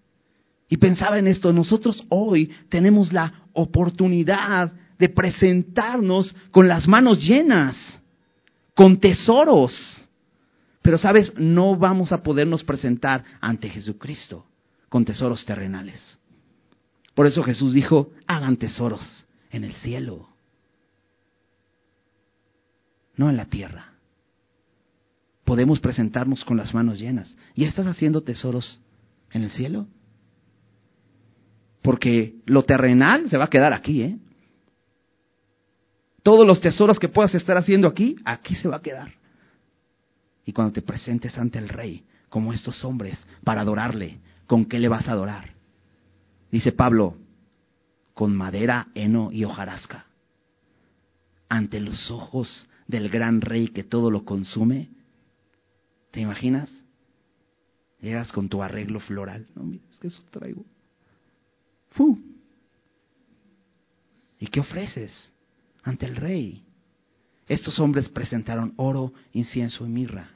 Y pensaba en esto, nosotros hoy tenemos la oportunidad de presentarnos con las manos llenas, con tesoros. Pero sabes, no vamos a podernos presentar ante Jesucristo con tesoros terrenales. Por eso Jesús dijo, hagan tesoros en el cielo, no en la tierra. Podemos presentarnos con las manos llenas. ¿Ya estás haciendo tesoros en el cielo? Porque lo terrenal se va a quedar aquí, ¿eh? Todos los tesoros que puedas estar haciendo aquí, aquí se va a quedar. Y cuando te presentes ante el Rey, como estos hombres, para adorarle, ¿con qué le vas a adorar? Dice Pablo, con madera, heno y hojarasca. Ante los ojos del gran Rey que todo lo consume. ¿Te imaginas? Llegas con tu arreglo floral. No, mira, es que eso traigo. ¡Fu! ¿Y qué ofreces ante el Rey? Estos hombres presentaron oro, incienso y mirra.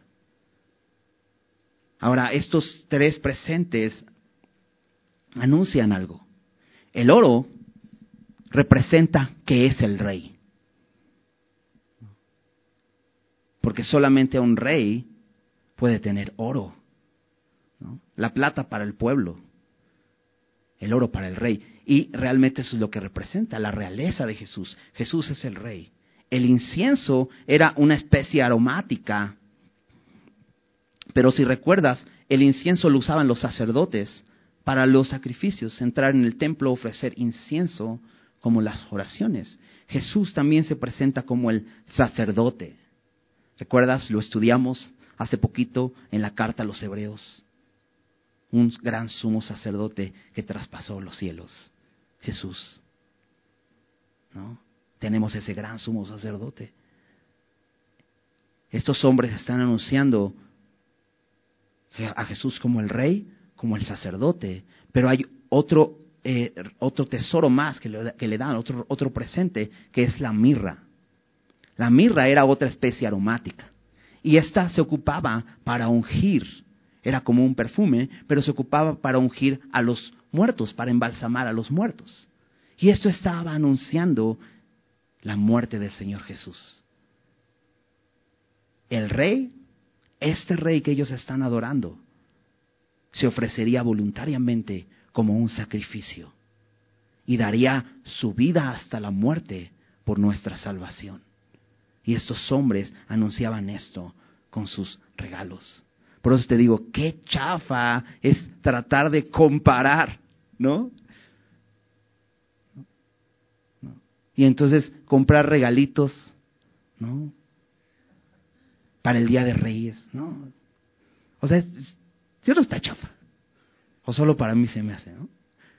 Ahora, estos tres presentes anuncian algo. El oro representa que es el Rey. Porque solamente un rey puede tener oro, ¿no? La plata para el pueblo, el oro para el Rey. Y realmente eso es lo que representa, la realeza de Jesús. Jesús es el Rey. El incienso era una especie aromática. Pero si recuerdas, el incienso lo usaban los sacerdotes para los sacrificios, entrar en el templo, ofrecer incienso como las oraciones. Jesús también se presenta como el sacerdote. ¿Recuerdas? Lo estudiamos hace poquito en la carta a los Hebreos. Un gran sumo sacerdote que traspasó los cielos. Jesús. ¿No? Tenemos ese gran sumo sacerdote. Estos hombres están anunciando a Jesús como el Rey, como el sacerdote, pero hay otro tesoro más que le dan, otro presente, que es la mirra. La mirra era otra especie aromática, y esta se ocupaba para ungir, era como un perfume, pero se ocupaba para ungir a los muertos, para embalsamar a los muertos. Y esto estaba anunciando la muerte del Señor Jesús. El Rey, este Rey que ellos están adorando, se ofrecería voluntariamente como un sacrificio y daría su vida hasta la muerte por nuestra salvación. Y estos hombres anunciaban esto con sus regalos. Por eso te digo, qué chafa es tratar de comparar, ¿no? Y entonces comprar regalitos, ¿no? Para el Día de Reyes, ¿no? O sea, ¿sí no está chafa? O solo para mí se me hace, ¿no?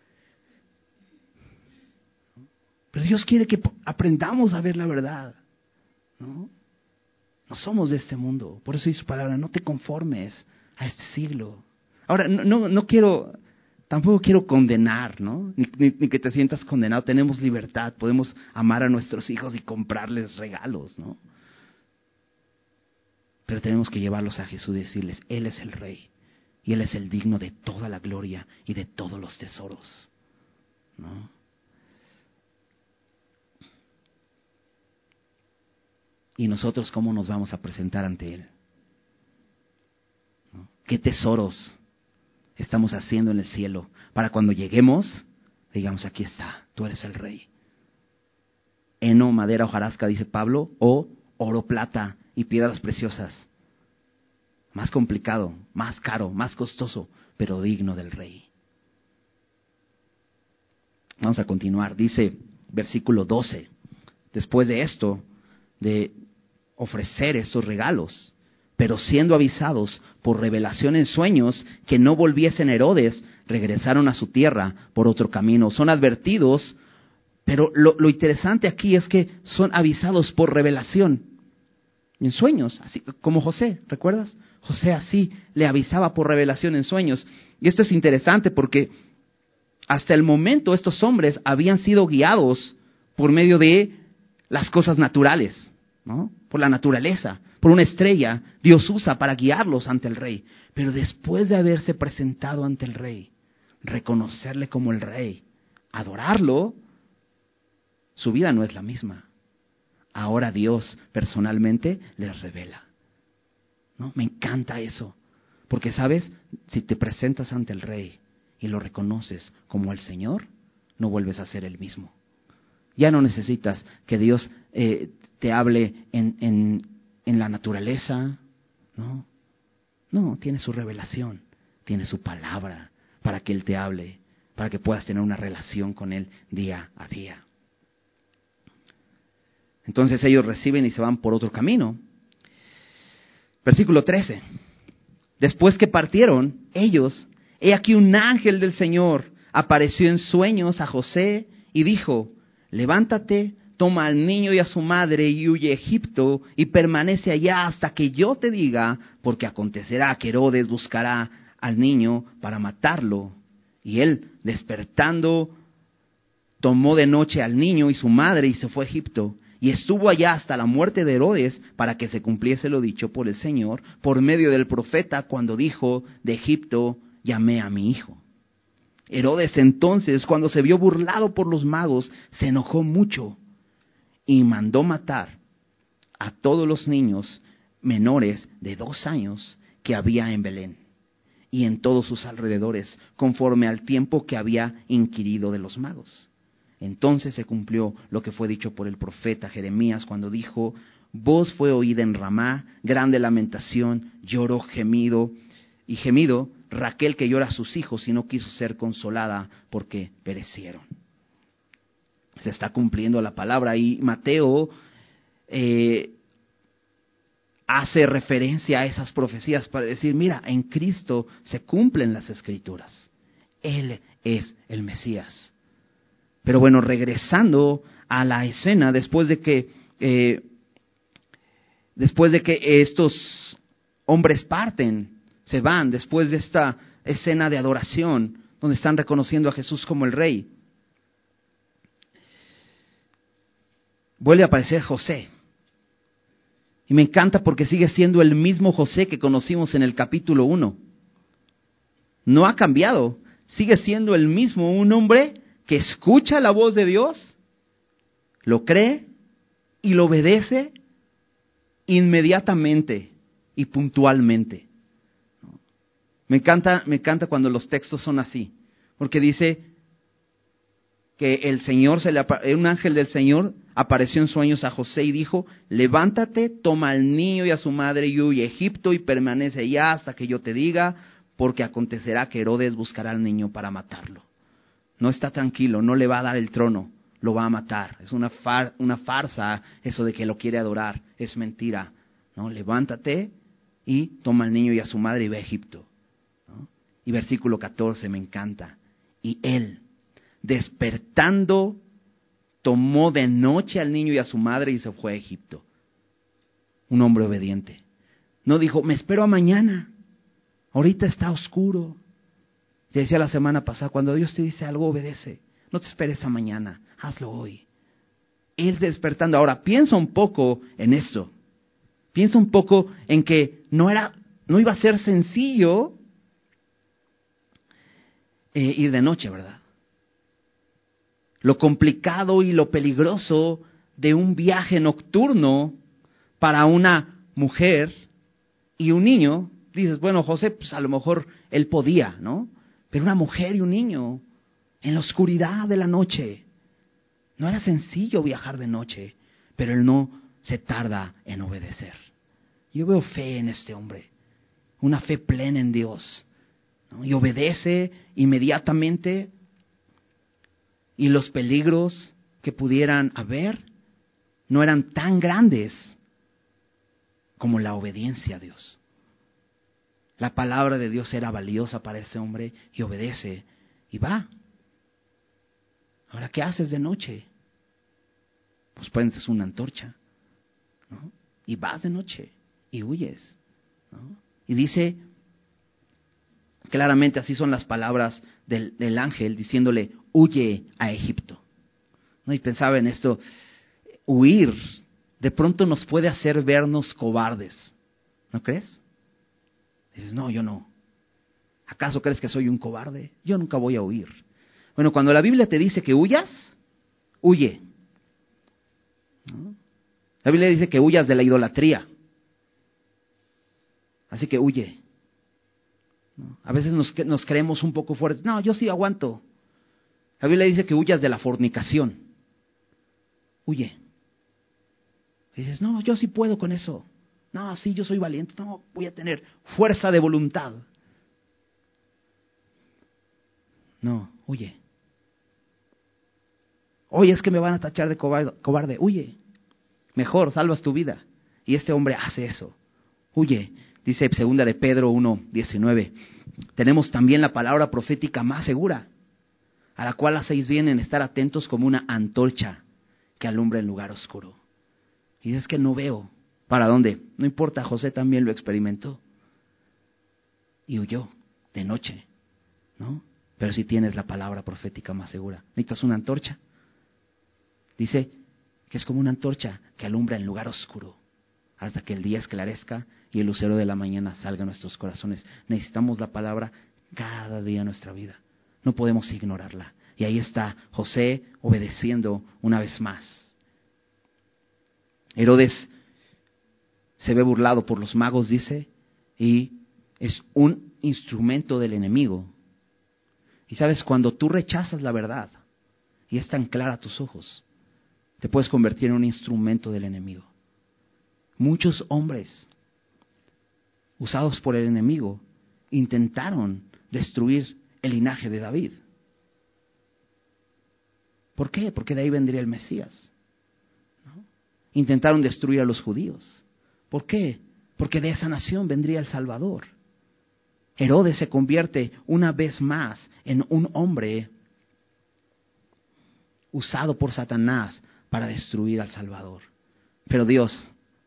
Pero Dios quiere que aprendamos a ver la verdad, ¿no? No somos de este mundo. Por eso dice su palabra, no te conformes a este siglo. Ahora, no quiero, tampoco quiero condenar, ¿no? Ni que te sientas condenado. Tenemos libertad, podemos amar a nuestros hijos y comprarles regalos, ¿no? Pero tenemos que llevarlos a Jesús y decirles, Él es el Rey. Y Él es el digno de toda la gloria y de todos los tesoros, ¿no? ¿Y nosotros cómo nos vamos a presentar ante Él? ¿No? ¿Qué tesoros estamos haciendo en el cielo para cuando lleguemos, digamos, aquí está, tú eres el Rey? Heno, madera, hojarasca, dice Pablo, o oro, plata y piedras preciosas. Más complicado, más caro, más costoso, pero digno del Rey. Vamos a continuar. Dice versículo 12. Después de esto, de ofrecer estos regalos, pero siendo avisados por revelación en sueños que no volviesen Herodes, regresaron a su tierra por otro camino. Son advertidos, pero lo interesante aquí es que son avisados por revelación en sueños, así como José, ¿recuerdas? José así le avisaba por revelación en sueños. Y esto es interesante porque hasta el momento estos hombres habían sido guiados por medio de las cosas naturales, ¿no? Por la naturaleza, por una estrella. Dios usa para guiarlos ante el Rey. Pero después de haberse presentado ante el Rey, reconocerle como el rey, adorarlo, su vida no es la misma. Ahora Dios personalmente les revela, ¿no? Me encanta eso, porque sabes, si te presentas ante el rey y lo reconoces como el Señor, no vuelves a ser el mismo. Ya no necesitas que Dios te hable en la naturaleza, ¿no? No, tiene su revelación, tiene su palabra para que Él te hable, para que puedas tener una relación con Él día a día. Entonces ellos reciben y se van por otro camino. Versículo 13. Después que partieron ellos, he aquí un ángel del Señor apareció en sueños a José y dijo: levántate, toma al niño y a su madre y huye a Egipto y permanece allá hasta que yo te diga, porque acontecerá que Herodes buscará al niño para matarlo. Y él, despertando, tomó de noche al niño y su madre y se fue a Egipto. Y estuvo allá hasta la muerte de Herodes, para que se cumpliese lo dicho por el Señor, por medio del profeta, cuando dijo: de Egipto llamé a mi hijo. Herodes entonces, cuando se vio burlado por los magos, se enojó mucho y mandó matar a todos los niños menores de 2 años que había en Belén y en todos sus alrededores, conforme al tiempo que había inquirido de los magos. Entonces se cumplió lo que fue dicho por el profeta Jeremías cuando dijo: voz fue oída en Ramá, grande lamentación, lloro, gemido, Raquel que llora a sus hijos y no quiso ser consolada porque perecieron. Se está cumpliendo la palabra y Mateo hace referencia a esas profecías para decir: mira, en Cristo se cumplen las Escrituras. Él es el Mesías. Pero bueno, regresando a la escena, después de que estos hombres parten, se van, después de esta escena de adoración, donde están reconociendo a Jesús como el Rey, vuelve a aparecer José. Y me encanta porque sigue siendo el mismo José que conocimos en el capítulo 1. No ha cambiado, sigue siendo el mismo, un hombre que escucha la voz de Dios, lo cree y lo obedece inmediatamente y puntualmente. Me encanta cuando los textos son así, porque dice que el Señor un ángel del Señor apareció en sueños a José y dijo: levántate, toma al niño y a su madre y huye a Egipto y permanece allá hasta que yo te diga, porque acontecerá que Herodes buscará al niño para matarlo. No está tranquilo, no le va a dar el trono, lo va a matar. Es una farsa eso de que lo quiere adorar, es mentira, ¿no? Levántate y toma al niño y a su madre y ve a Egipto, ¿no? Y versículo 14 me encanta. Y él, despertando, tomó de noche al niño y a su madre y se fue a Egipto. Un hombre obediente. No dijo: me espero a mañana, ahorita está oscuro. Te decía la semana pasada, cuando Dios te dice algo, obedece. No te esperes a mañana, hazlo hoy. Él despertando. Ahora, piensa un poco en esto. Piensa un poco en que no iba a ser sencillo ir de noche, ¿verdad? Lo complicado y lo peligroso de un viaje nocturno para una mujer y un niño. Dices, bueno, José, pues a lo mejor él podía, ¿no? Pero una mujer y un niño en la oscuridad de la noche. No era sencillo viajar de noche, pero él no se tarda en obedecer. Yo veo fe en este hombre, una fe plena en Dios, ¿no? Y obedece inmediatamente, y los peligros que pudieran haber no eran tan grandes como la obediencia a Dios. La palabra de Dios era valiosa para ese hombre y obedece y va. Ahora, ¿qué haces de noche? Pues prendes una antorcha, ¿no? Y vas de noche y huyes, ¿no? Y dice claramente, así son las palabras del ángel diciéndole: huye a Egipto, ¿no? Y pensaba en esto, huir de pronto nos puede hacer vernos cobardes, ¿no crees? Dices, no, yo no. ¿Acaso crees que soy un cobarde? Yo nunca voy a huir. Bueno, cuando la Biblia te dice que huyas, huye. ¿No? La Biblia dice que huyas de la idolatría. Así que huye. ¿No? A veces nos creemos un poco fuertes. No, yo sí aguanto. La Biblia dice que huyas de la fornicación. Huye. Y dices, no, yo sí puedo con eso. No, sí, yo soy valiente. No, voy a tener fuerza de voluntad. No, huye. Oye, es que me van a tachar de cobarde. Huye. Mejor, salvas tu vida. Y este hombre hace eso. Huye. Dice 2 de Pedro 1:19. Tenemos también la palabra profética más segura, a la cual hacéis bien en estar atentos como una antorcha que alumbra en lugar oscuro. Y dices que no veo. ¿Para dónde? No importa, José también lo experimentó. Y huyó de noche, ¿no? Pero si tienes la palabra profética más segura. ¿Necesitas una antorcha? Dice que es como una antorcha que alumbra en lugar oscuro, hasta que el día esclarezca y el lucero de la mañana salga a nuestros corazones. Necesitamos la palabra cada día en nuestra vida. No podemos ignorarla. Y ahí está José obedeciendo una vez más. Herodes se ve burlado por los magos, dice, y es un instrumento del enemigo. Y sabes, cuando tú rechazas la verdad y es tan clara a tus ojos, te puedes convertir en un instrumento del enemigo. Muchos hombres usados por el enemigo intentaron destruir el linaje de David. ¿Por qué? Porque de ahí vendría el Mesías, ¿no? Intentaron destruir a los judíos. ¿Por qué? Porque de esa nación vendría el Salvador. Herodes se convierte una vez más en un hombre usado por Satanás para destruir al Salvador. Pero Dios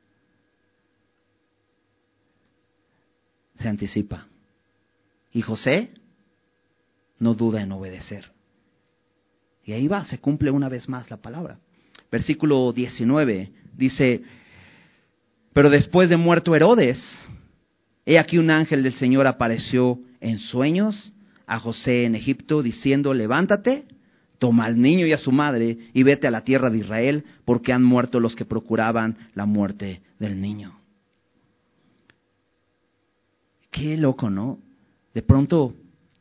se anticipa. Y José no duda en obedecer. Y ahí va, se cumple una vez más la palabra. Versículo 19 dice: pero después de muerto Herodes, he aquí un ángel del Señor apareció en sueños a José en Egipto, diciendo: levántate, toma al niño y a su madre y vete a la tierra de Israel, porque han muerto los que procuraban la muerte del niño. Qué loco, ¿no? De pronto,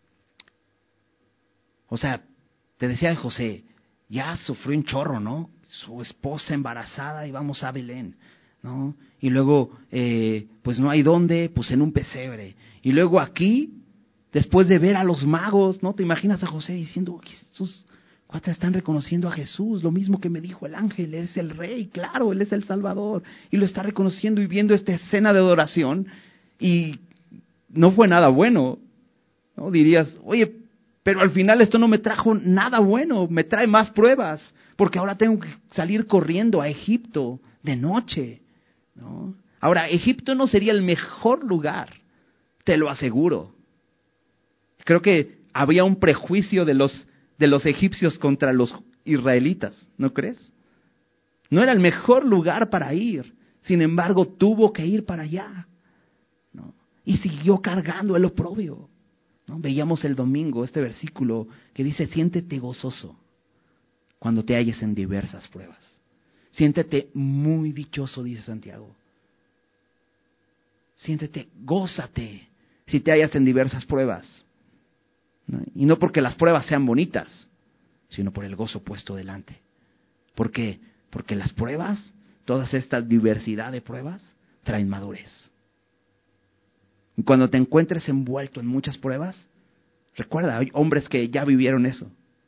o sea, te decía de José, ya sufrió un chorro, ¿no? Su esposa embarazada y vamos a Belén, ¿no? Y luego, pues no hay dónde, pues en un pesebre. Y luego aquí, después de ver a los magos, ¿no? Te imaginas a José diciendo: estos cuates están reconociendo a Jesús, lo mismo que me dijo el ángel, Él es el Rey, claro, Él es el Salvador. Y lo está reconociendo y viendo esta escena de adoración. Y no fue nada bueno, ¿no? Dirías: oye, pero al final esto no me trajo nada bueno, me trae más pruebas, porque ahora tengo que salir corriendo a Egipto de noche, ¿no? Ahora, Egipto no sería el mejor lugar, te lo aseguro. Creo que había un prejuicio de los egipcios contra los israelitas, ¿no crees? No era el mejor lugar para ir, sin embargo tuvo que ir para allá, ¿no? Y siguió cargando el oprobio, ¿no? Veíamos el domingo este versículo que dice: siéntete gozoso cuando te halles en diversas pruebas. Siéntete muy dichoso, dice Santiago. Siéntete, gózate si te hallas en diversas pruebas, ¿no? Y no porque las pruebas sean bonitas, sino por el gozo puesto delante. ¿Por qué? Porque las pruebas, toda esta diversidad de pruebas, traen madurez. Y cuando te encuentres envuelto en muchas pruebas, recuerda, hay hombres que ya vivieron eso.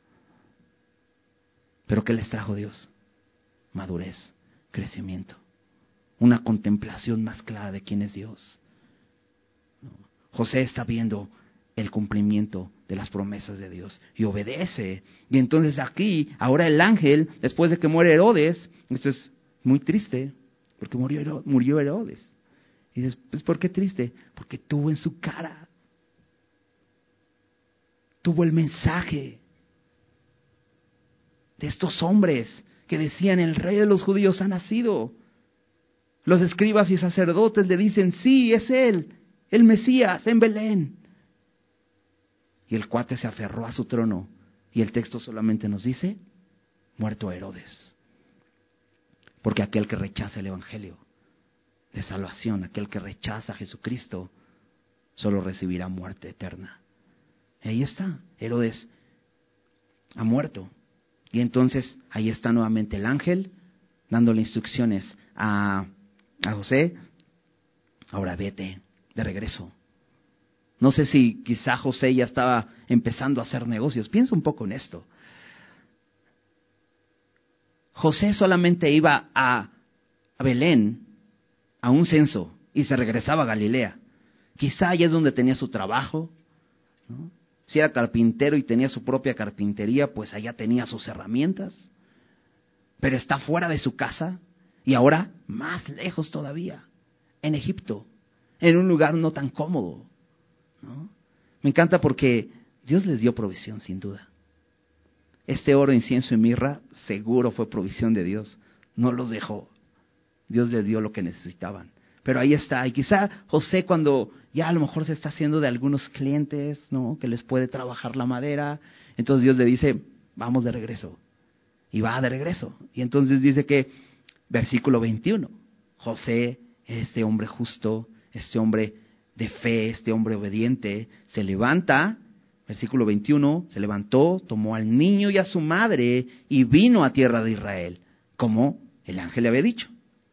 ¿Pero qué les trajo Dios? Madurez, crecimiento, una contemplación más clara de quién es Dios. José está viendo el cumplimiento de las promesas de Dios y obedece. Y entonces aquí, ahora el ángel, después de que muere Herodes, esto es muy triste, porque murió Herodes. Y dices: pues ¿por qué triste? Porque tuvo en su cara, tuvo el mensaje de estos hombres que decían: el Rey de los judíos ha nacido. Los escribas y sacerdotes le dicen: sí, es Él, el Mesías, en Belén. Y el cuate se aferró a su trono. Y el texto solamente nos dice, muerto Herodes. Porque aquel que rechaza el evangelio de salvación, aquel que rechaza a Jesucristo, solo recibirá muerte eterna. Y ahí está, Herodes ha muerto. Y entonces ahí está nuevamente el ángel dándole instrucciones a José. Ahora vete de regreso. No sé si quizá José ya estaba empezando a hacer negocios. Piensa un poco en esto. José solamente iba a Belén a un censo y se regresaba a Galilea. Quizá allá es donde tenía su trabajo, ¿no? Si era carpintero y tenía su propia carpintería, pues allá tenía sus herramientas. Pero está fuera de su casa y ahora más lejos todavía, en Egipto, en un lugar no tan cómodo, ¿no? Me encanta porque Dios les dio provisión, sin duda. Este oro, incienso y mirra seguro fue provisión de Dios. No los dejó. Dios les dio lo que necesitaban. Pero ahí está. Y quizá José, cuando ya a lo mejor se está haciendo de algunos clientes, ¿no?, que les puede trabajar la madera, entonces Dios le dice, vamos de regreso. Y va de regreso. Y entonces dice que, versículo 21, José, este hombre justo, este hombre de fe, este hombre obediente, se levanta, versículo 21, se levantó, tomó al niño y a su madre y vino a tierra de Israel, como el ángel le había dicho.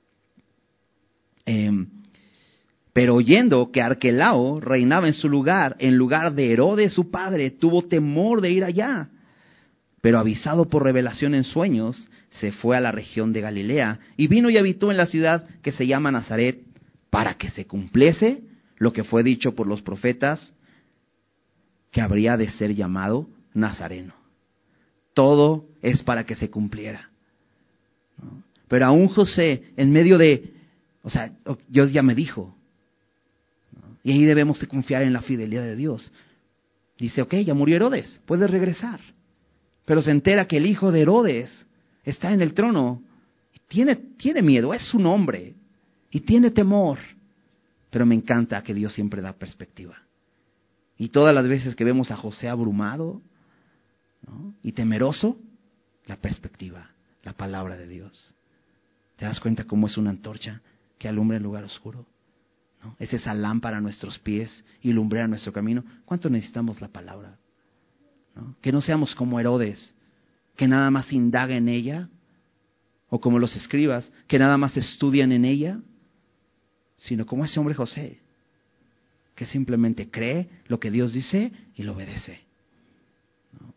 Pero oyendo que Arquelao reinaba en su lugar, en lugar de Herodes su padre, tuvo temor de ir allá. Pero avisado por revelación en sueños, se fue a la región de Galilea y vino y habitó en la ciudad que se llama Nazaret, para que se cumpliese lo que fue dicho por los profetas, que habría de ser llamado Nazareno. Todo es para que se cumpliera, ¿no? Pero aún José, en medio de, Dios ya me dijo, ¿no? Y ahí debemos de confiar en la fidelidad de Dios. Dice, ok, ya murió Herodes, puedes regresar. Pero se entera que el hijo de Herodes está en el trono. Tiene miedo, es un hombre y tiene temor. Pero me encanta que Dios siempre da perspectiva. Y todas las veces que vemos a José abrumado, ¿no?, y temeroso, la perspectiva, la palabra de Dios. ¿Te das cuenta cómo es una antorcha que alumbra el lugar oscuro, ¿no? Es esa lámpara a nuestros pies y lumbrea nuestro camino. ¿Cuánto necesitamos la palabra, ¿no? Que no seamos como Herodes, que nada más indaga en ella, o como los escribas, que nada más estudian en ella, sino como ese hombre José, que simplemente cree lo que Dios dice y lo obedece, ¿no?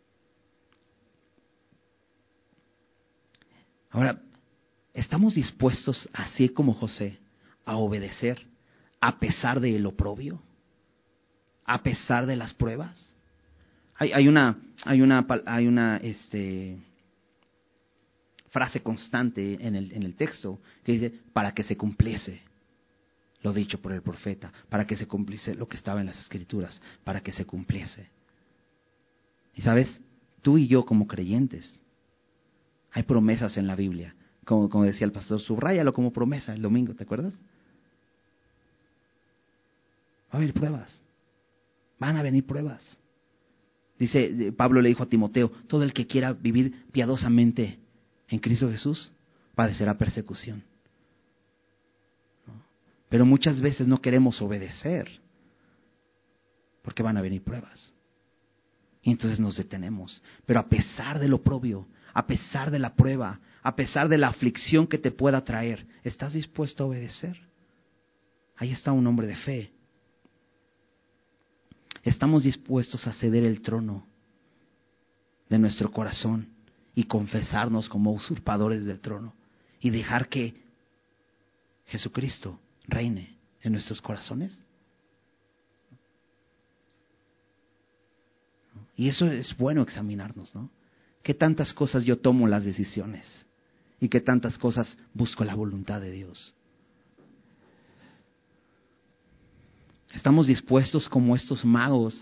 Ahora, ¿estamos dispuestos, así como José, a obedecer a pesar del oprobio, a pesar de las pruebas? Hay una frase constante en el texto que dice, para que se cumpliese lo dicho por el profeta, para que se cumpliese lo que estaba en las Escrituras, para que se cumpliese. Y sabes, tú y yo como creyentes, hay promesas en la Biblia, como decía el pastor, subráyalo como promesa el domingo, ¿te acuerdas? Va a haber pruebas, van a venir pruebas. Dice, Pablo le dijo a Timoteo, todo el que quiera vivir piadosamente en Cristo Jesús padecerá persecución. Pero muchas veces no queremos obedecer porque van a venir pruebas. Y entonces nos detenemos. Pero a pesar del oprobio, a pesar de la prueba, a pesar de la aflicción que te pueda traer, ¿estás dispuesto a obedecer? Ahí está un hombre de fe. Estamos dispuestos a ceder el trono de nuestro corazón y confesarnos como usurpadores del trono y dejar que Jesucristo reine en nuestros corazones. Y eso es bueno examinarnos, ¿no? ¿Qué tantas cosas yo tomo las decisiones? ¿Y qué tantas cosas busco la voluntad de Dios? ¿Estamos dispuestos como estos magos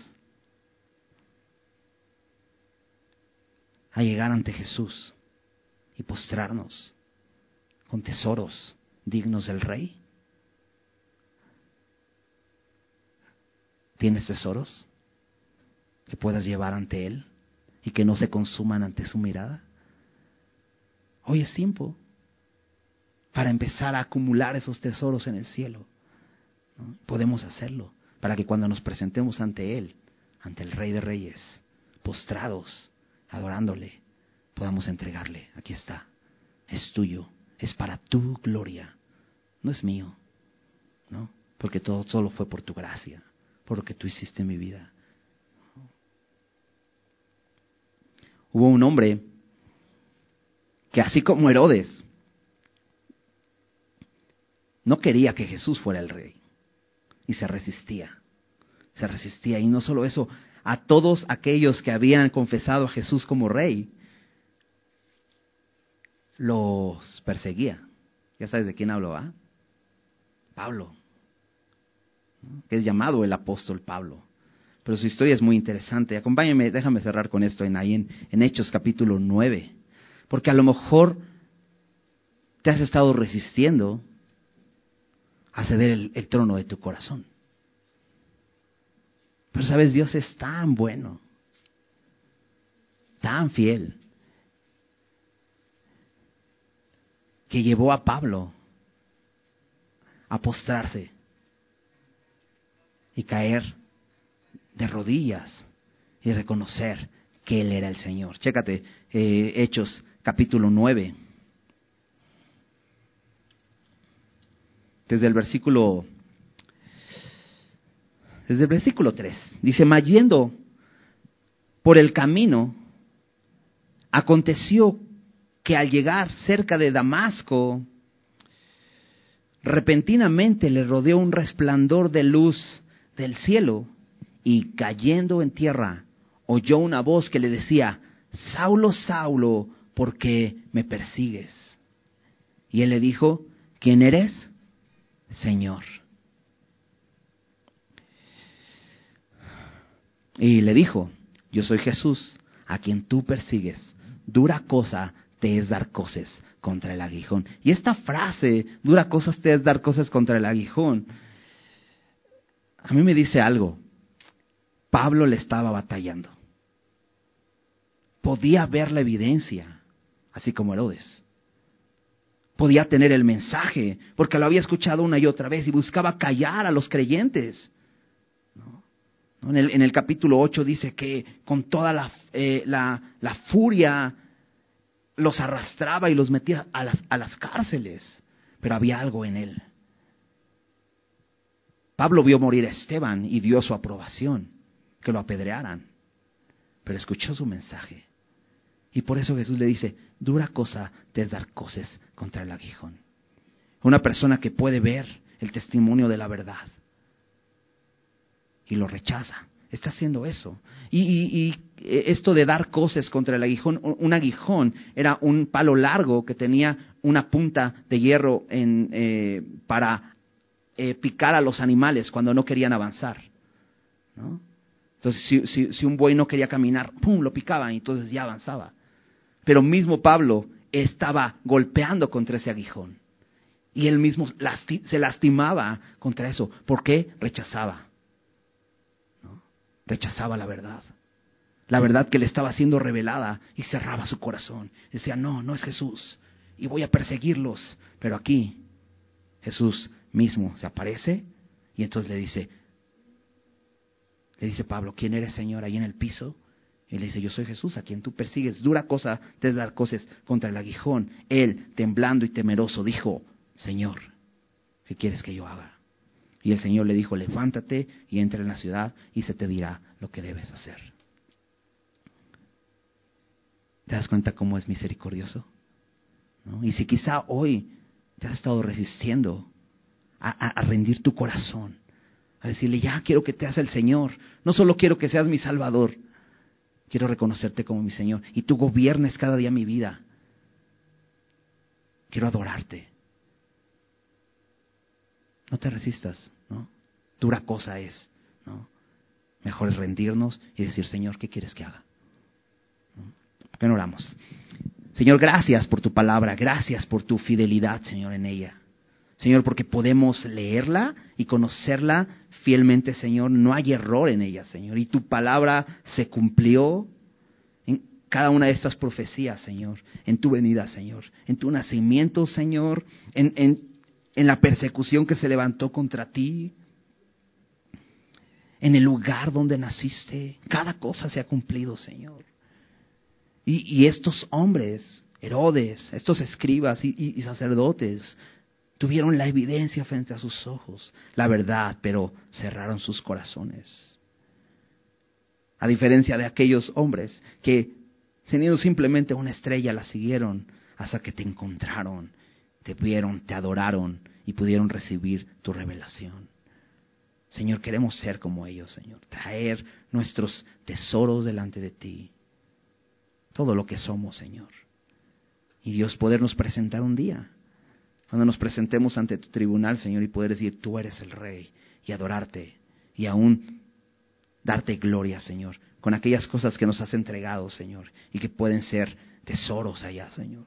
a llegar ante Jesús y postrarnos con tesoros dignos del Rey? ¿Tienes tesoros? que puedas llevar ante Él y que no se consuman ante su mirada? Hoy es tiempo para empezar a acumular esos tesoros en el cielo, ¿no? Podemos hacerlo para que cuando nos presentemos ante Él, ante el Rey de Reyes, postrados, adorándole, podamos entregarle: aquí está, es tuyo, es para tu gloria, no es mío, ¿no? Porque todo solo fue por tu gracia, por lo que tú hiciste en mi vida. Hubo un hombre que, así como Herodes, no quería que Jesús fuera el rey y se resistía. Y no solo eso, a todos aquellos que habían confesado a Jesús como rey, los perseguía. Ya sabes de quién hablo, ¿ah? Pablo, ¿no? Que es llamado el apóstol Pablo. Pero su historia es muy interesante. Acompáñame, déjame cerrar con esto en Hechos capítulo 9. Porque a lo mejor te has estado resistiendo a ceder el trono de tu corazón. Pero sabes, Dios es tan bueno, tan fiel, que llevó a Pablo a postrarse y caer de rodillas y reconocer que Él era el Señor. Chécate, Hechos capítulo 9. Desde el versículo 3. Dice: mas yendo por el camino, aconteció que al llegar cerca de Damasco, repentinamente le rodeó un resplandor de luz del cielo, y cayendo en tierra, oyó una voz que le decía: Saulo, Saulo, ¿por qué me persigues? Y él le dijo: ¿quién eres, Señor? Y le dijo: yo soy Jesús, a quien tú persigues. Dura cosa te es dar coces contra el aguijón. Y esta frase, dura cosas te es dar coces contra el aguijón, a mí me dice algo. Pablo le estaba batallando. Podía ver la evidencia, así como Herodes. Podía tener el mensaje, porque lo había escuchado una y otra vez y buscaba callar a los creyentes. ¿No? En el capítulo 8 dice que con toda la furia los arrastraba y los metía a las cárceles. Pero había algo en él. Pablo vio morir a Esteban y dio su aprobación, que lo apedrearan. Pero escuchó su mensaje. Y por eso Jesús le dice: dura cosa te es dar coces contra el aguijón. Una persona que puede ver el testimonio de la verdad y lo rechaza, está haciendo eso. Y esto de dar coces contra el aguijón, un aguijón era un palo largo que tenía una punta de hierro para picar a los animales cuando no querían avanzar, ¿no? Entonces, si un buey no quería caminar, ¡pum!, lo picaban y entonces ya avanzaba. Pero mismo Pablo estaba golpeando contra ese aguijón. Y él mismo se lastimaba contra eso. ¿Por qué? Rechazaba. ¿No? Rechazaba la verdad. La verdad que le estaba siendo revelada, y cerraba su corazón. Decía: no es Jesús. Y voy a perseguirlos. Pero aquí Jesús mismo se aparece y entonces le dice Pablo: ¿quién eres, Señor? Ahí en el piso. Y le dice: yo soy Jesús, a quien tú persigues. Dura cosa te es dar coces contra el aguijón. Él, temblando y temeroso, dijo: Señor, ¿qué quieres que yo haga? Y el Señor le dijo: levántate y entra en la ciudad y se te dirá lo que debes hacer. ¿Te das cuenta cómo es misericordioso? ¿No? Y si quizá hoy te has estado resistiendo a rendir tu corazón, a decirle: ya quiero que te hagas el Señor, no solo quiero que seas mi Salvador, quiero reconocerte como mi Señor y tú gobiernes cada día mi vida. Quiero adorarte. No te resistas, ¿no? Dura cosa es, ¿no? Mejor es rendirnos y decir: Señor, ¿qué quieres que haga? ¿No? ¿Por qué no oramos? Señor, gracias por tu palabra, gracias por tu fidelidad, Señor, en ella. Señor, porque podemos leerla y conocerla fielmente, Señor. No hay error en ella, Señor. Y tu palabra se cumplió en cada una de estas profecías, Señor. En tu venida, Señor. En tu nacimiento, Señor. En la persecución que se levantó contra ti. En el lugar donde naciste. Cada cosa se ha cumplido, Señor. Y estos hombres, Herodes, estos escribas y sacerdotes, tuvieron la evidencia frente a sus ojos, la verdad, pero cerraron sus corazones. A diferencia de aquellos hombres que, teniendo simplemente una estrella, la siguieron hasta que te encontraron, te vieron, te adoraron y pudieron recibir tu revelación. Señor, queremos ser como ellos, Señor. Traer nuestros tesoros delante de ti. Todo lo que somos, Señor. Y Dios, podernos presentar un día. Cuando nos presentemos ante tu tribunal, Señor, y poder decir, tú eres el Rey, y adorarte, y aún darte gloria, Señor, con aquellas cosas que nos has entregado, Señor, y que pueden ser tesoros allá, Señor.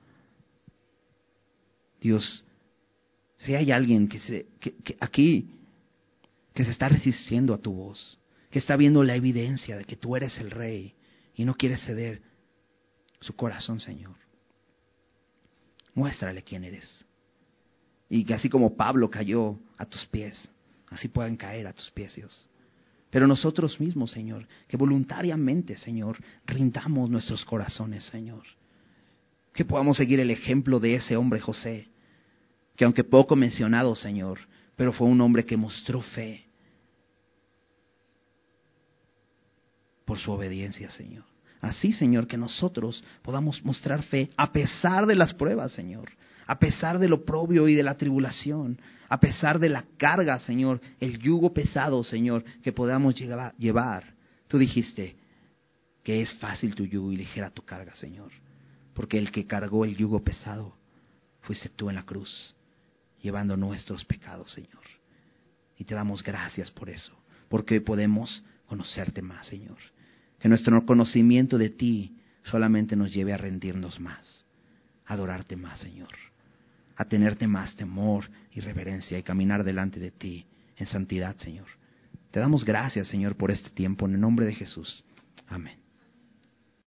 Dios, si hay alguien aquí que se está resistiendo a tu voz, que está viendo la evidencia de que tú eres el Rey, y no quiere ceder su corazón, Señor, muéstrale quién eres. Y que así como Pablo cayó a tus pies, así puedan caer a tus pies, Dios. Pero nosotros mismos, Señor, que voluntariamente, Señor, rindamos nuestros corazones, Señor. Que podamos seguir el ejemplo de ese hombre José, que aunque poco mencionado, Señor, pero fue un hombre que mostró fe por su obediencia, Señor. Así, Señor, que nosotros podamos mostrar fe a pesar de las pruebas, Señor. A pesar del oprobio y de la tribulación, a pesar de la carga, Señor, el yugo pesado, Señor, que podamos llevar. Tú dijiste que es fácil tu yugo y ligera tu carga, Señor, porque el que cargó el yugo pesado fuiste tú en la cruz, llevando nuestros pecados, Señor. Y te damos gracias por eso, porque hoy podemos conocerte más, Señor. Que nuestro conocimiento de ti solamente nos lleve a rendirnos más, a adorarte más, Señor, a tenerte más temor y reverencia y caminar delante de ti en santidad, Señor. Te damos gracias, Señor, por este tiempo en el nombre de Jesús. Amén.